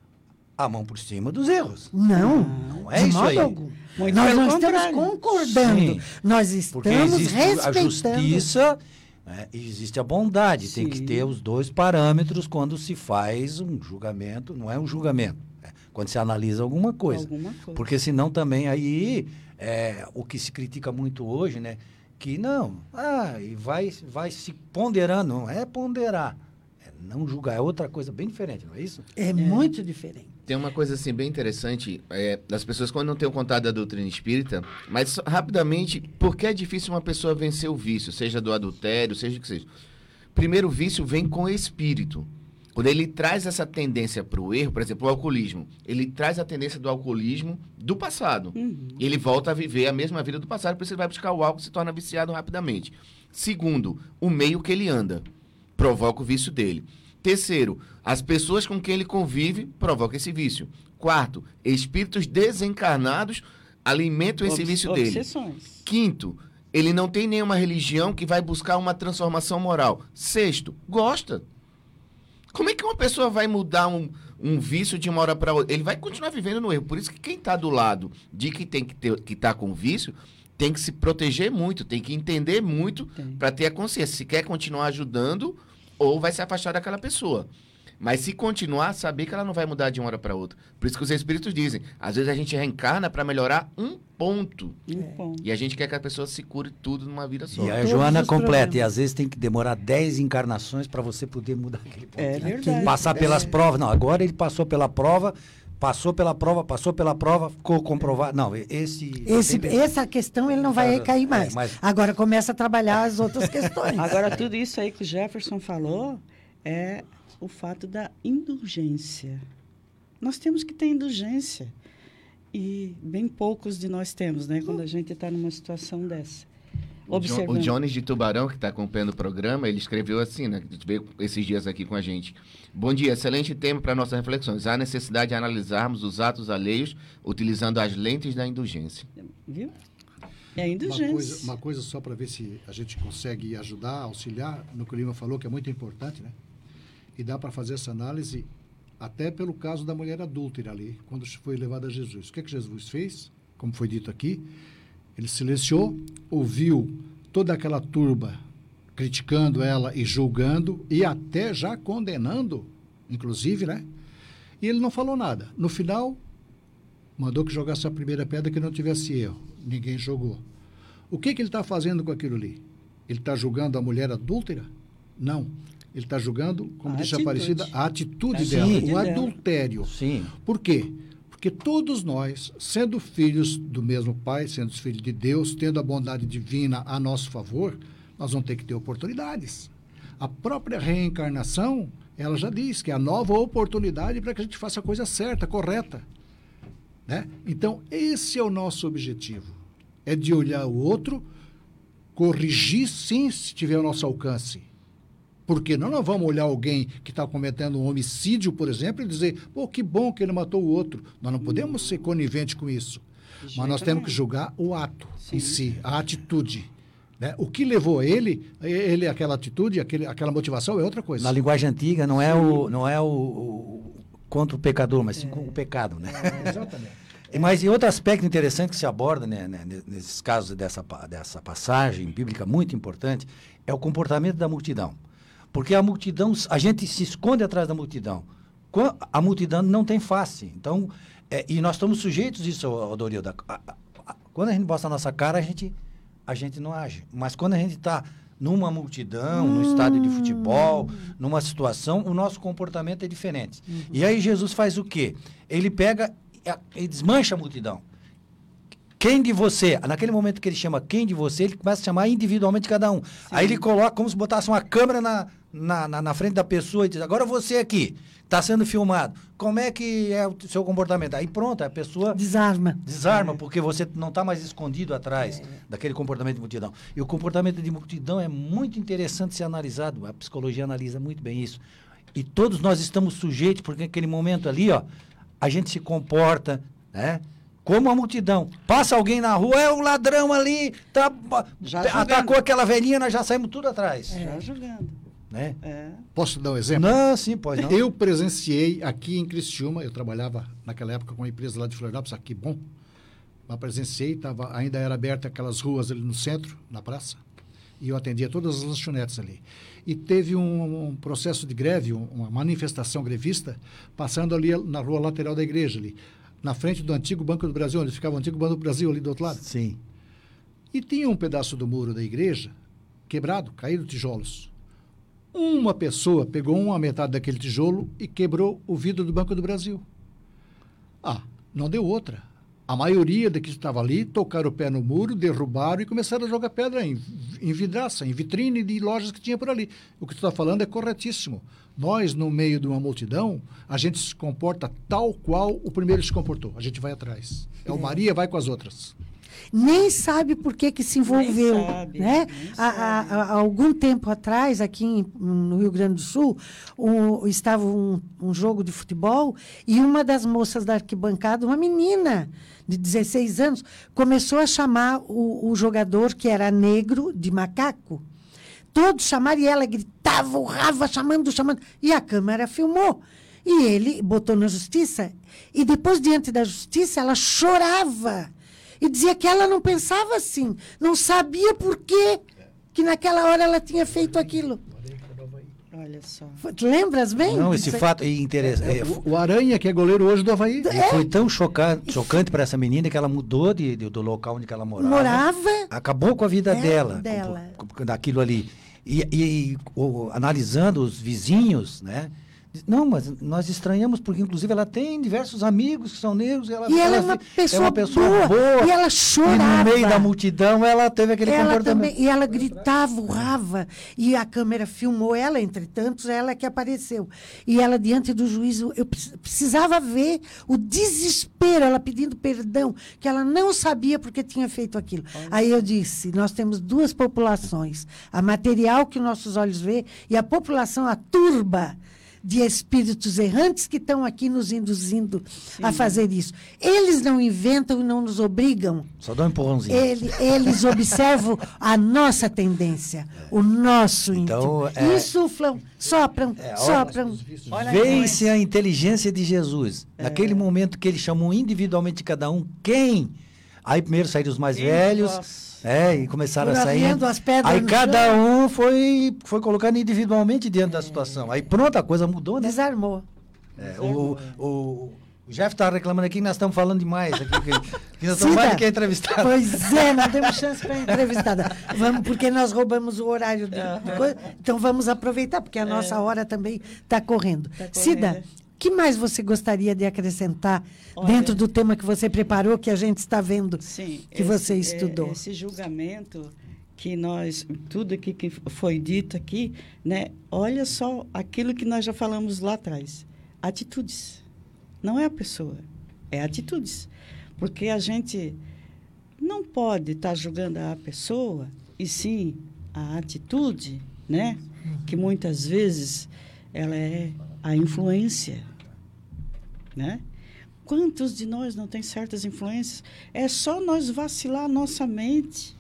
a mão por cima dos erros. Não, Não é de isso modo aí. algum. Muito Nós pelo não estamos contrário. concordando. Sim. Nós Porque estamos existe a respeitando. justiça, né, e existe a bondade. Tem que Sim. ter os dois parâmetros quando se faz um julgamento. Não é um julgamento, é quando se analisa alguma coisa. Alguma coisa. Porque senão também aí, é, o que se critica muito hoje, né? Que não, ah, e vai, vai se ponderando. Não é ponderar, é não julgar. É outra coisa bem diferente, não é isso? É muito diferente. Tem uma coisa assim bem interessante, é, das pessoas quando não têm o contato da doutrina espírita, mas só- rapidamente, por que é difícil uma pessoa vencer o vício, seja do adultério, seja o que seja? Primeiro, o vício vem com o espírito. Quando ele traz essa tendência para o erro, por exemplo, o alcoolismo, ele traz a tendência do alcoolismo do passado. Uhum. E ele volta a viver a mesma vida do passado, por isso ele vai buscar o álcool e se torna viciado rapidamente. Segundo, o meio que ele anda provoca o vício dele. Terceiro, as pessoas com quem ele convive provocam esse vício. Quarto, espíritos desencarnados alimentam esse Obs- vício dele. obsessões. Quinto, ele não tem nenhuma religião que vai buscar uma transformação moral. Sexto, gosta. Como é que uma pessoa vai mudar um, um vício de uma hora para outra? Ele vai continuar vivendo no erro. Por isso que quem está do lado de que tem que ter, que tá com vício tem que se proteger muito, tem que entender muito Tem. para ter a consciência. Se quer continuar ajudando ou vai se afastar daquela pessoa. Mas se continuar, saber que ela não vai mudar de uma hora para outra. Por isso que os espíritos dizem, às vezes a gente reencarna para melhorar um ponto. Um ponto. E a gente quer que a pessoa se cure tudo numa vida só. E a Todos Joana os completa, problemas. e às vezes tem que demorar dez encarnações para você poder mudar aquele ponto. É verdade. Passar É. pelas provas. Não, agora ele passou pela prova, passou pela prova, passou pela prova, ficou comprovado. Não, esse... Esse, sempre- essa questão ele não vai Cara, recair é, mais. mas- Agora começa a trabalhar as outras questões. Agora, tudo isso aí que o Jefferson falou é o fato da indulgência. Nós temos que ter indulgência. E bem poucos de nós temos, né? Quando a gente está numa situação dessa. O, John, o Jones de Tubarão, que está acompanhando o programa, ele escreveu assim, né? Veio esses dias aqui com a gente. Bom dia, excelente tema para nossas reflexões. Há necessidade de analisarmos os atos alheios utilizando as lentes da indulgência. Viu? É a indulgência. Uma coisa, uma coisa só para ver se a gente consegue ajudar, auxiliar, no que o Lima falou, que é muito importante, né? E dá para fazer essa análise até pelo caso da mulher adúltera ali, quando foi levada a Jesus. O que é que Jesus fez? Como foi dito aqui, ele silenciou, ouviu toda aquela turba criticando ela e julgando e até já condenando, inclusive, né? E ele não falou nada. No final, mandou que jogasse a primeira pedra que não tivesse erro. Ninguém jogou. O que, que ele está fazendo com aquilo ali? Ele está julgando a mulher adúltera? Não. Ele está julgando, como a disse a Aparecida, a atitude Sim, dela, o dela. adultério. Sim. Por quê? Porque todos nós, sendo filhos do mesmo Pai, sendo filhos de Deus, tendo a bondade divina a nosso favor, nós vamos ter que ter oportunidades. A própria reencarnação, ela já diz que é a nova oportunidade para que a gente faça a coisa certa, correta. Né? Então, esse é o nosso objetivo. É de olhar o outro, corrigir, sim, se tiver ao nosso alcance. Porque não nós vamos olhar alguém que está cometendo um homicídio, por exemplo, e dizer, pô, que bom que ele matou o outro. Nós não podemos ser coniventes com isso. Mas nós temos que julgar o ato Sim. em si, a atitude. Né? O que levou ele, ele aquela atitude, aquele, aquela motivação é outra coisa. Na linguagem antiga, não é, o, não é o, o contra o pecador, mas sim é. com o pecado. Né? É, exatamente. Mas e outro aspecto interessante que se aborda, né, né, nesses casos dessa, dessa passagem bíblica muito importante, é o comportamento da multidão. Porque a multidão, a gente se esconde atrás da multidão. A multidão não tem face. Então, é, e nós estamos sujeitos a isso, Adorilda. Quando a gente mostra a nossa cara, a gente, a gente não age. Mas quando a gente está numa multidão, hum. no estádio de futebol, numa situação, o nosso comportamento é diferente. Uhum. E aí Jesus faz o quê? Ele pega e desmancha a multidão. Quem de você? Naquele momento que ele chama quem de você, ele começa a chamar individualmente cada um. Sim. Aí ele coloca como se botasse uma câmera na, na, na, na frente da pessoa e diz, agora você aqui, está sendo filmado. Como é que é o seu comportamento? Aí pronto, a pessoa... Desarma. Desarma, é. porque você não está mais escondido atrás é. daquele comportamento de multidão. E o comportamento de multidão é muito interessante ser analisado. A psicologia analisa muito bem isso. E todos nós estamos sujeitos, porque naquele momento ali, ó, a gente se comporta, né? Como a multidão. Passa alguém na rua, é um ladrão ali, tá, atacou aquela velhinha, nós já saímos tudo atrás. É. Já jogando. Né? É. Posso dar um exemplo? Não, sim, pode não. Eu presenciei aqui em Criciúma, eu trabalhava naquela época com uma empresa lá de Florianópolis, aqui bom, mas presenciei, tava, ainda era aberta aquelas ruas ali no centro, na praça, e eu atendia todas as lanchonetes ali. E teve um, um processo de greve, um, uma manifestação grevista, passando ali na rua lateral da igreja ali, na frente do antigo Banco do Brasil, onde ficava o antigo Banco do Brasil ali do outro lado. Sim. E tinha um pedaço do muro da igreja quebrado, caído tijolos. Uma pessoa pegou uma metade daquele tijolo e quebrou o vidro do Banco do Brasil. Ah, não deu outra. A maioria de que estava ali tocaram o pé no muro, derrubaram e começaram a jogar pedra em, em vidraça, em vitrine de lojas que tinha por ali. O que tu está falando é corretíssimo. Nós, no meio de uma multidão, a gente se comporta tal qual o primeiro se comportou. A gente vai atrás. É o Maria, vai com as outras. Nem sabe por que que se envolveu. Nem sabe, né? nem Há, há, há algum tempo atrás, aqui em, no Rio Grande do Sul, um, estava um, um jogo de futebol e uma das moças da arquibancada, uma menina de dezesseis anos, começou a chamar o, o jogador, que era negro, de macaco. Todos chamaram e ela gritava, urrava, chamando, chamando. E a câmera filmou. E ele botou na justiça. E depois, diante da justiça, ela chorava. E dizia que ela não pensava assim. Não sabia por quê que naquela hora ela tinha feito aquilo. Olha só. Tu lembras bem? Não, esse fato é interessante. É, o, o Aranha, que é goleiro hoje do Avaí. É. Foi tão chocante, chocante para essa menina que ela mudou de, de, do local onde ela morava. Morava. Acabou com a vida É, dela. dela. Com, com, daquilo ali. E, e o, analisando os vizinhos, né? Não, mas nós estranhamos porque, inclusive, ela tem diversos amigos que são negros. E ela, e ela, ela é, uma pessoa, é uma pessoa boa, boa. E ela chorava. E no meio da multidão, ela teve aquele ela comportamento. Também, e ela gritava, urrava. E a câmera filmou ela, entre tantos, ela que apareceu. E ela, diante do juízo, eu precisava ver o desespero, ela pedindo perdão, que ela não sabia porque tinha feito aquilo. Aí eu disse, nós temos duas populações. A material que nossos olhos vê e a população, a turba de espíritos errantes que estão aqui nos induzindo Sim. a fazer isso. Eles não inventam e não nos obrigam. Só dá um empurrãozinho. Ele, eles observam a nossa tendência, é. o nosso então, íntimo. É... Insuflam, sopram, é, sopram. Vê-se a inteligência de Jesus. É. Naquele momento que ele chamou individualmente cada um, quem? Aí primeiro saíram os mais Eita. velhos... É, e começaram Por a sair. As pedras aí cada chão. um foi, foi colocando individualmente diante é. da situação. Aí pronto, a coisa mudou, né? Desarmou. É, Desarmou. O, o, o Jeff está reclamando aqui que nós estamos falando demais. Aqui, que, que nós estamos mais do que a entrevistada. Pois é, não temos chance para a entrevistada. Vamos, porque nós roubamos o horário. Do, do coisa, então vamos aproveitar, porque a nossa é. hora também está correndo. Tá Cida, o que mais você gostaria de acrescentar Olha, dentro do tema que você preparou, que a gente está vendo, sim, que esse, você estudou? Esse julgamento que nós, tudo aqui que foi dito aqui, né? Olha só aquilo que nós já falamos lá atrás. Atitudes. Não é a pessoa, é atitudes. Porque a gente não pode estar tá julgando a pessoa, e sim a atitude, né? Que muitas vezes ela é a influência, né? Quantos de nós não tem certas influências? É só nós vacilar a nossa mente,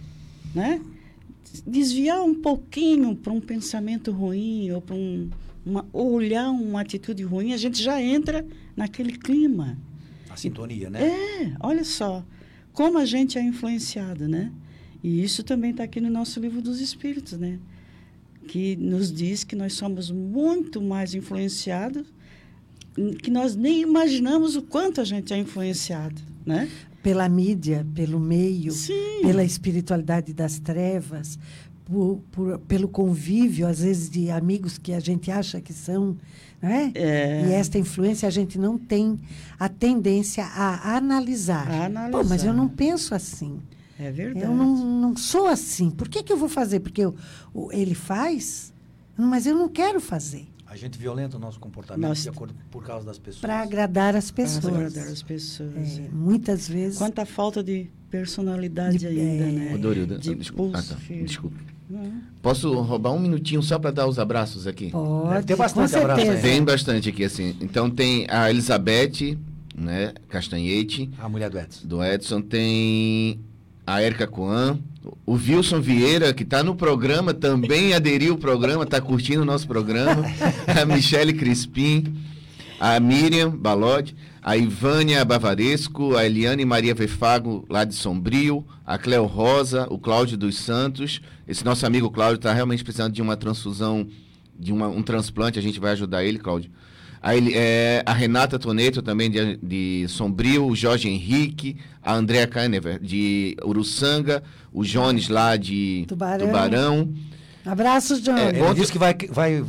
né? Desviar um pouquinho para um pensamento ruim ou para um, uma, ou olhar uma atitude ruim, a gente já entra naquele clima. A sintonia, né? É, olha só como a gente é influenciado, né? E isso também está aqui no nosso Livro dos Espíritos, né? Que nos diz que nós somos muito mais influenciados, que nós nem imaginamos o quanto a gente é influenciado, né? Pela mídia, pelo meio, Sim. pela espiritualidade das trevas, por, por, pelo convívio, às vezes, de amigos que a gente acha que são, né? É. E esta influência a gente não tem a tendência a analisar. A analisar. Pô, mas eu não penso assim. É verdade. Eu não, não sou assim. Por que, que eu vou fazer? Porque eu, o, ele faz, mas eu não quero fazer. A gente violenta o nosso comportamento Nossa. de acordo, por causa das pessoas. Para agradar as pessoas. Para agradar as pessoas. É, muitas vezes. Quanta falta de personalidade de, ainda, é... né? Ô, Dorilda, de desculpa. Pulso, Ah, tá. filho. Desculpa. Não. Posso roubar um minutinho só para dar os abraços aqui? Pode, tem bastante abraço. Tem bastante aqui, assim. Então tem a Elizabeth, né, Castanhete. A mulher do Edson. Do Edson. Tem a Érica Coan. O Wilson Vieira, que está no programa, também aderiu ao programa, está curtindo o nosso programa. A Michele Crispim, a Miriam Balode, a Ivânia Bavaresco, a Eliane Maria Vefago, lá de Sombrio, a Cleo Rosa, o Cláudio dos Santos. Esse nosso amigo Cláudio está realmente precisando de uma transfusão, de uma, um transplante, a gente vai ajudar ele, Cláudio. A, ele, é, a Renata Toneto, também de, de Sombrio, o Jorge Henrique, a Andréa Kahnever, de Uruçanga, o Jones, lá de Tubarão. Tubarão. Abraços, Jones. É, ele ontem... disse que vai, vai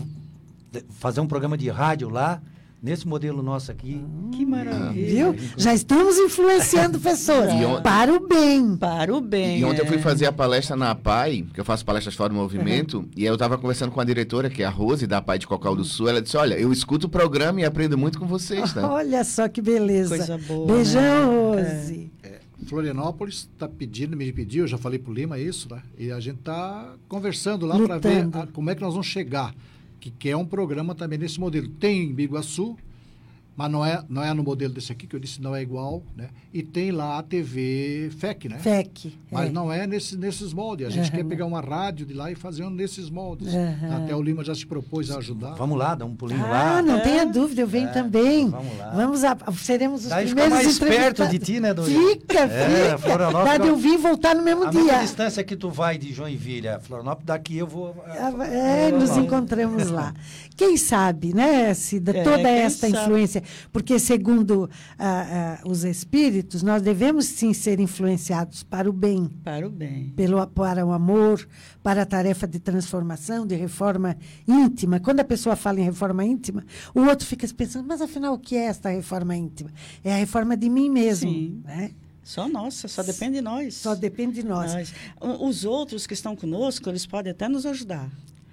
fazer um programa de rádio lá, nesse modelo nosso aqui. Que maravilha. Viu? Já estamos influenciando pessoas. On... Para o bem. Para o bem. E ontem é. eu fui fazer a palestra na A P A I, que eu faço palestras fora do movimento, uhum. e aí eu estava conversando com a diretora, que é a Rose, da A P A I de Cocal do Sul. Ela disse, olha, eu escuto o programa e aprendo muito com vocês, tá? Olha só que beleza. Coisa boa. Beijão, né? Rose. É. É. Florianópolis está pedindo, me pediu, eu já falei para o Lima isso, né? E a gente está conversando lá para ver a, como é que nós vamos chegar. Que quer um programa também nesse modelo. Tem em Biguaçu, mas não é, não é no modelo desse aqui, que eu disse não é igual, né? E tem lá a T V F E C, né? F E C. Mas é. não é nesse, nesses moldes. A gente uhum. quer pegar uma rádio de lá e fazer um nesses moldes. Uhum. Até o Lima já se propôs a ajudar. Vamos lá, dá um pulinho ah, lá. Ah, não é. tenha dúvida, eu venho é. também. Vamos lá. Vamos a, seremos os Daí primeiros fica mais perto de ti, né, Dona? Fica, é, fica. Dá de eu vir e voltar no mesmo a dia. A distância que tu vai de Joinville a Florianópolis, daqui eu vou... É, é nos encontramos lá. Quem sabe, né, Cida, é, toda esta sabe? influência Porque, segundo ah, ah, os espíritos, nós devemos sim ser influenciados para o bem. Para o bem. Pelo, para o amor, para a tarefa de transformação, de reforma íntima. Quando a pessoa fala em reforma íntima, o outro fica pensando, mas afinal, o que é esta reforma íntima? É a reforma de mim mesmo. Sim. Né? Só nossa, só depende de nós. Só depende de nós. nós. Os outros que estão conosco, eles podem até nos ajudar.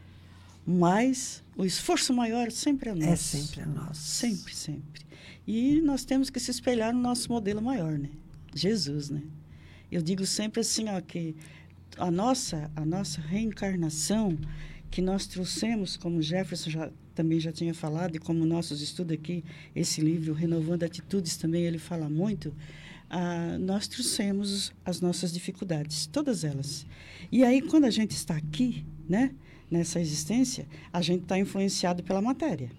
Mas o esforço maior sempre é nosso. É sempre é nosso. Sempre, sempre. E nós temos que se espelhar no nosso modelo maior, né? Jesus, né? Eu digo sempre assim, ó, que a nossa, a nossa reencarnação que nós trouxemos, como Jefferson já, também já tinha falado, e como nossos estudos aqui, esse livro, Renovando Atitudes, também ele fala muito, ah, nós trouxemos as nossas dificuldades, todas elas. E aí, quando a gente está aqui, né, nessa existência, a gente está influenciado pela matéria.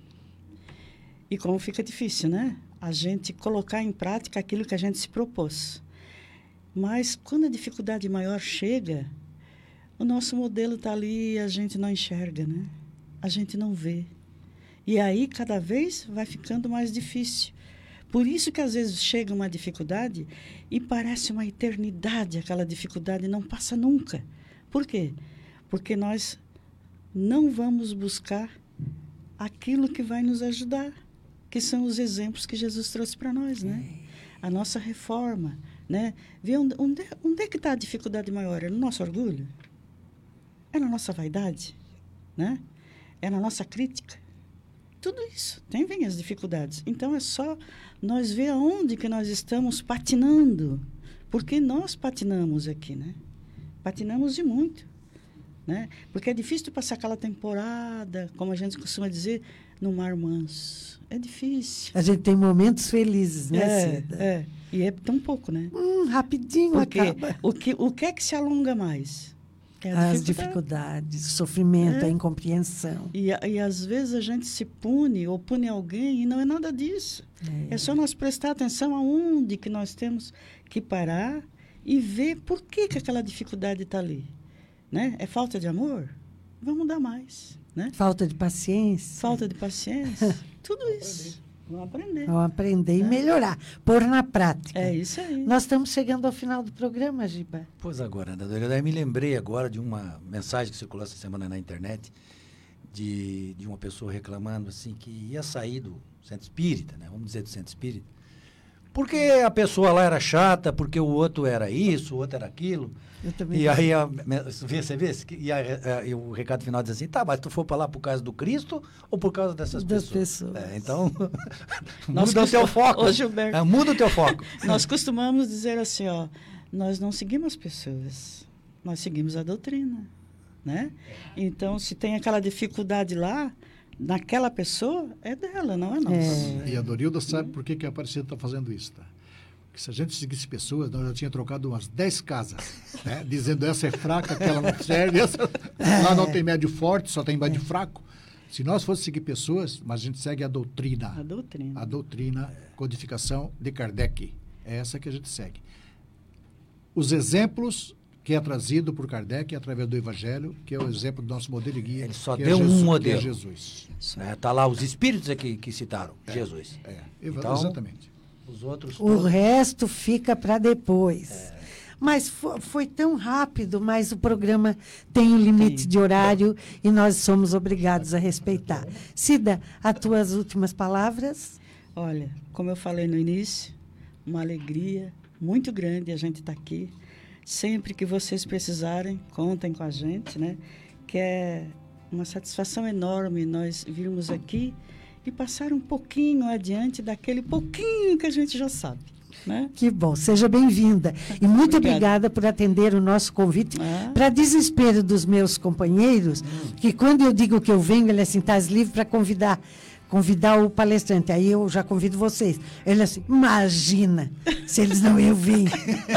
E como fica difícil, né? A gente colocar em prática aquilo que a gente se propôs. Mas, quando a dificuldade maior chega, o nosso modelo está ali e a gente não enxerga, né? A gente não vê. E aí, cada vez, vai ficando mais difícil. Por isso que, às vezes, chega uma dificuldade e parece uma eternidade aquela dificuldade, não passa nunca. Por quê? Porque nós não vamos buscar aquilo que vai nos ajudar, que são os exemplos que Jesus trouxe para nós, né? A nossa reforma, né? Vê onde, onde, onde é que está a dificuldade maior? É no nosso orgulho? É na nossa vaidade? Né? É na nossa crítica? Tudo isso. Tem vem as dificuldades. Então, é só nós ver aonde que nós estamos patinando. Porque nós patinamos aqui, né? Patinamos de muito. Né? Porque é difícil passar aquela temporada, como a gente costuma dizer, no mar manso. É difícil. A gente tem momentos felizes, né, é, Cida? É, e é tão pouco, né? Hum, rapidinho Porque acaba. O que, o que é que se alonga mais? É a As dificuldade. dificuldades, o sofrimento, é. a incompreensão. E, e às vezes a gente se pune ou pune alguém e não é nada disso. É, é só nós prestar atenção aonde que nós temos que parar e ver por que, que aquela dificuldade está ali. Né? É falta de amor? Vamos dar mais. Né? Falta de paciência. Falta de paciência. Tudo isso. Vamos aprender. Vamos aprender e melhorar. Pôr na prática. É isso aí. Nós estamos chegando ao final do programa, Giba. Pois agora, Ana Dorida, eu me lembrei agora de uma mensagem que circulou essa semana na internet de, de uma pessoa reclamando assim que ia sair do centro espírita, né? Vamos dizer do centro espírita, porque a pessoa lá era chata, porque o outro era isso, o outro era aquilo. Eu também. E aí, a, você vê? E, a, a, e o recado final diz assim, tá, mas tu for para lá por causa do Cristo ou por causa dessas das pessoas? pessoas. É, então, Nós muda o teu foco. Ô, Gilberto, é, muda o teu foco. Nós costumamos dizer assim, ó, nós não seguimos pessoas, nós seguimos a doutrina, né? Então, se tem aquela dificuldade lá, naquela pessoa, é dela, não é nossa. É. E a Dorilda sabe por que, que a Aparecida está fazendo isso, tá? Porque se a gente seguisse pessoas, nós já tínhamos trocado umas dez casas, né? Dizendo essa é fraca, aquela não serve, essa... lá não tem médio forte, só tem médio fraco. Se nós fôssemos seguir pessoas, mas a gente segue a doutrina. A doutrina. A doutrina, codificação de Kardec. É essa que a gente segue. Os exemplos que é trazido por Kardec através do Evangelho, que é o exemplo do nosso modelo e guia. Ele só que deu é Jesus, um modelo. Que é Jesus. Está é, lá os espíritos aqui que citaram, é, Jesus. É, então, exatamente. Os outros o todos... resto fica para depois. É. Mas foi, foi tão rápido, mas o programa tem um limite Sim. de horário e nós somos obrigados a respeitar. Cida, as tuas últimas palavras? Olha, como eu falei no início, uma alegria muito grande a gente estar tá aqui. Sempre que vocês precisarem, contem com a gente, né? Que é uma satisfação enorme nós virmos aqui e passar um pouquinho adiante daquele pouquinho que a gente já sabe. Né? Que bom, seja bem-vinda. E muito obrigada. obrigada por atender o nosso convite. Ah. Para desespero dos meus companheiros, hum. que quando eu digo que eu venho, ele assim, estás livre para convidar, convidar o palestrante. Aí eu já convido vocês. Ele assim, imagina se eles não iam vir.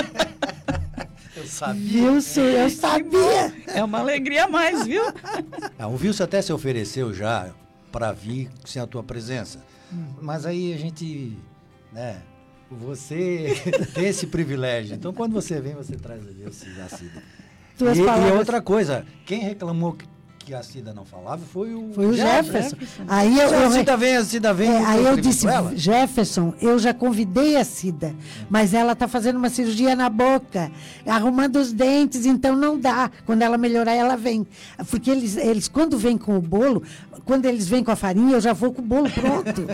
Eu sabia. Wilson, eu sabia. É uma alegria a mais, viu? Ah, o Wilson até se ofereceu já para vir sem a tua presença. Hum. Mas aí a gente, né, você tem esse privilégio. Então, quando você vem, você traz a Deus, Cida. E, e outra coisa, quem reclamou que, que a Cida não falava foi o, foi o Jefferson. Jefferson. Aí eu, eu, a Cida vem, a Cida vem. É, aí eu disse, Jefferson, eu já convidei a Cida, mas ela está fazendo uma cirurgia na boca, arrumando os dentes, então não dá. Quando ela melhorar, ela vem. Porque eles, eles quando vêm com o bolo, quando eles vêm com a farinha, eu já vou com o bolo pronto.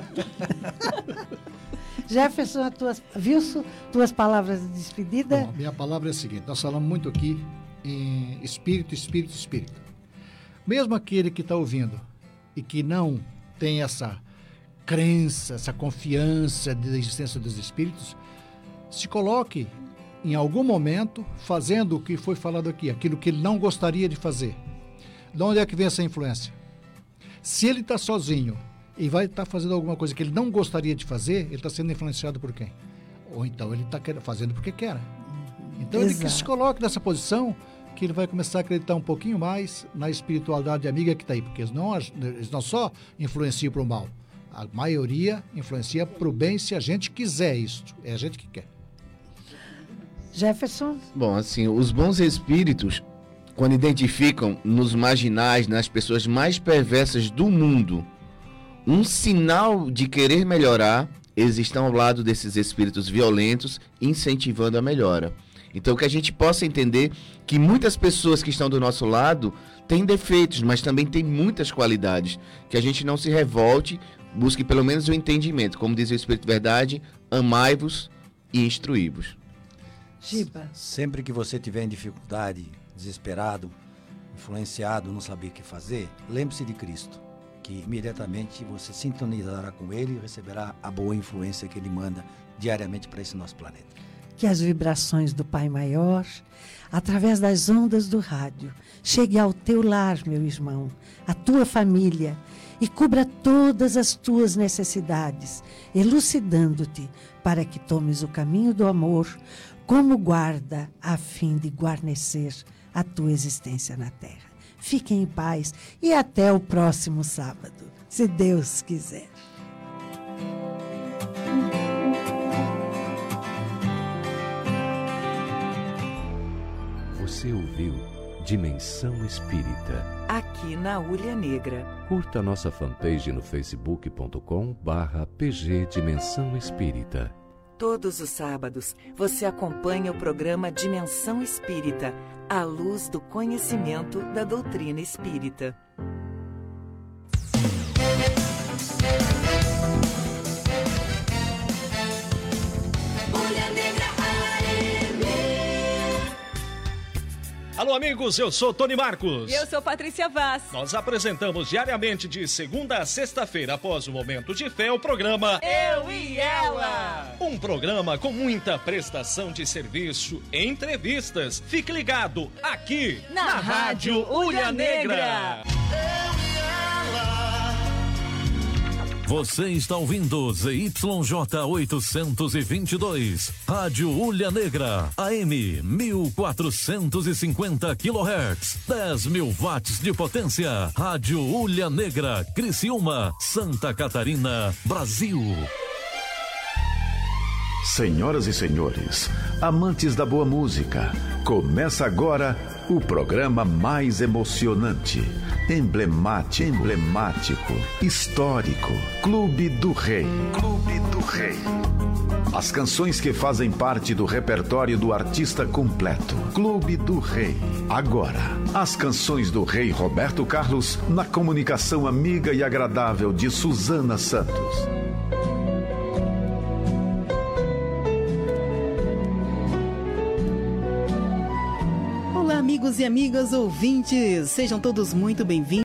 Jefferson, as tuas, Wilson, tuas palavras de despedida? Bom, minha palavra é a seguinte, nós falamos muito aqui em espírito, espírito, espírito. Mesmo aquele que está ouvindo e que não tem essa crença, essa confiança da existência dos espíritos, se coloque em algum momento fazendo o que foi falado aqui, aquilo que ele não gostaria de fazer. De onde é que vem essa influência? Se ele está sozinho e vai estar tá fazendo alguma coisa que ele não gostaria de fazer, ele está sendo influenciado por quem? Ou então ele está fazendo porque quer. Então Exato. Ele que se coloque nessa posição que ele vai começar a acreditar um pouquinho mais na espiritualidade amiga que está aí, porque eles não, eles não só influenciam para o mal, a maioria influencia para o bem se a gente quiser isso, é a gente que quer. Jefferson? Bom, assim, os bons espíritos, quando identificam nos marginais, nas pessoas mais perversas do mundo, um sinal de querer melhorar, eles estão ao lado desses espíritos violentos, incentivando a melhora. Então, que a gente possa entender que muitas pessoas que estão do nosso lado têm defeitos, mas também têm muitas qualidades. Que a gente não se revolte, busque pelo menos o entendimento. Como diz o Espírito de Verdade, amai-vos e instruí-vos. Giba. Sempre que você tiver em dificuldade, desesperado, influenciado, não saber o que fazer, lembre-se de Cristo, que imediatamente você sintonizará com Ele e receberá a boa influência que Ele manda diariamente para esse nosso planeta. Que as vibrações do Pai Maior, através das ondas do rádio, chegue ao teu lar, meu irmão, à tua família, e cubra todas as tuas necessidades, elucidando-te para que tomes o caminho do amor como guarda, a fim de guarnecer a tua existência na Terra. Fiquem em paz e até o próximo sábado, se Deus quiser. Você ouviu Dimensão Espírita, aqui na Ulha Negra. Curta nossa fanpage no facebook ponto com barra pg Dimensão Espírita. Todos os sábados, você acompanha o programa Dimensão Espírita, à luz do conhecimento da doutrina espírita. Alô, amigos, eu sou Tony Marcos. E eu sou Patrícia Vaz. Nós apresentamos diariamente de segunda a sexta-feira, após o Momento de Fé, o programa Eu e Ela. Um programa com muita prestação de serviço, entrevistas. Fique ligado aqui na, na Rádio Ulha Negra. Você está ouvindo Z Y J oitocentos e vinte e dois, Rádio Ulha Negra, A M mil quatrocentos e cinquenta quilohertz, dez mil watts de potência. Rádio Ulha Negra, Criciúma, Santa Catarina, Brasil. Senhoras e senhores, amantes da boa música, começa agora o programa mais emocionante, emblemático, emblemático, histórico, Clube do Rei. Clube do Rei. As canções que fazem parte do repertório do artista completo. Clube do Rei. Agora, as canções do Rei Roberto Carlos na comunicação amiga e agradável de Suzana Santos. Olá, amigos e amigas ouvintes, sejam todos muito bem-vindos.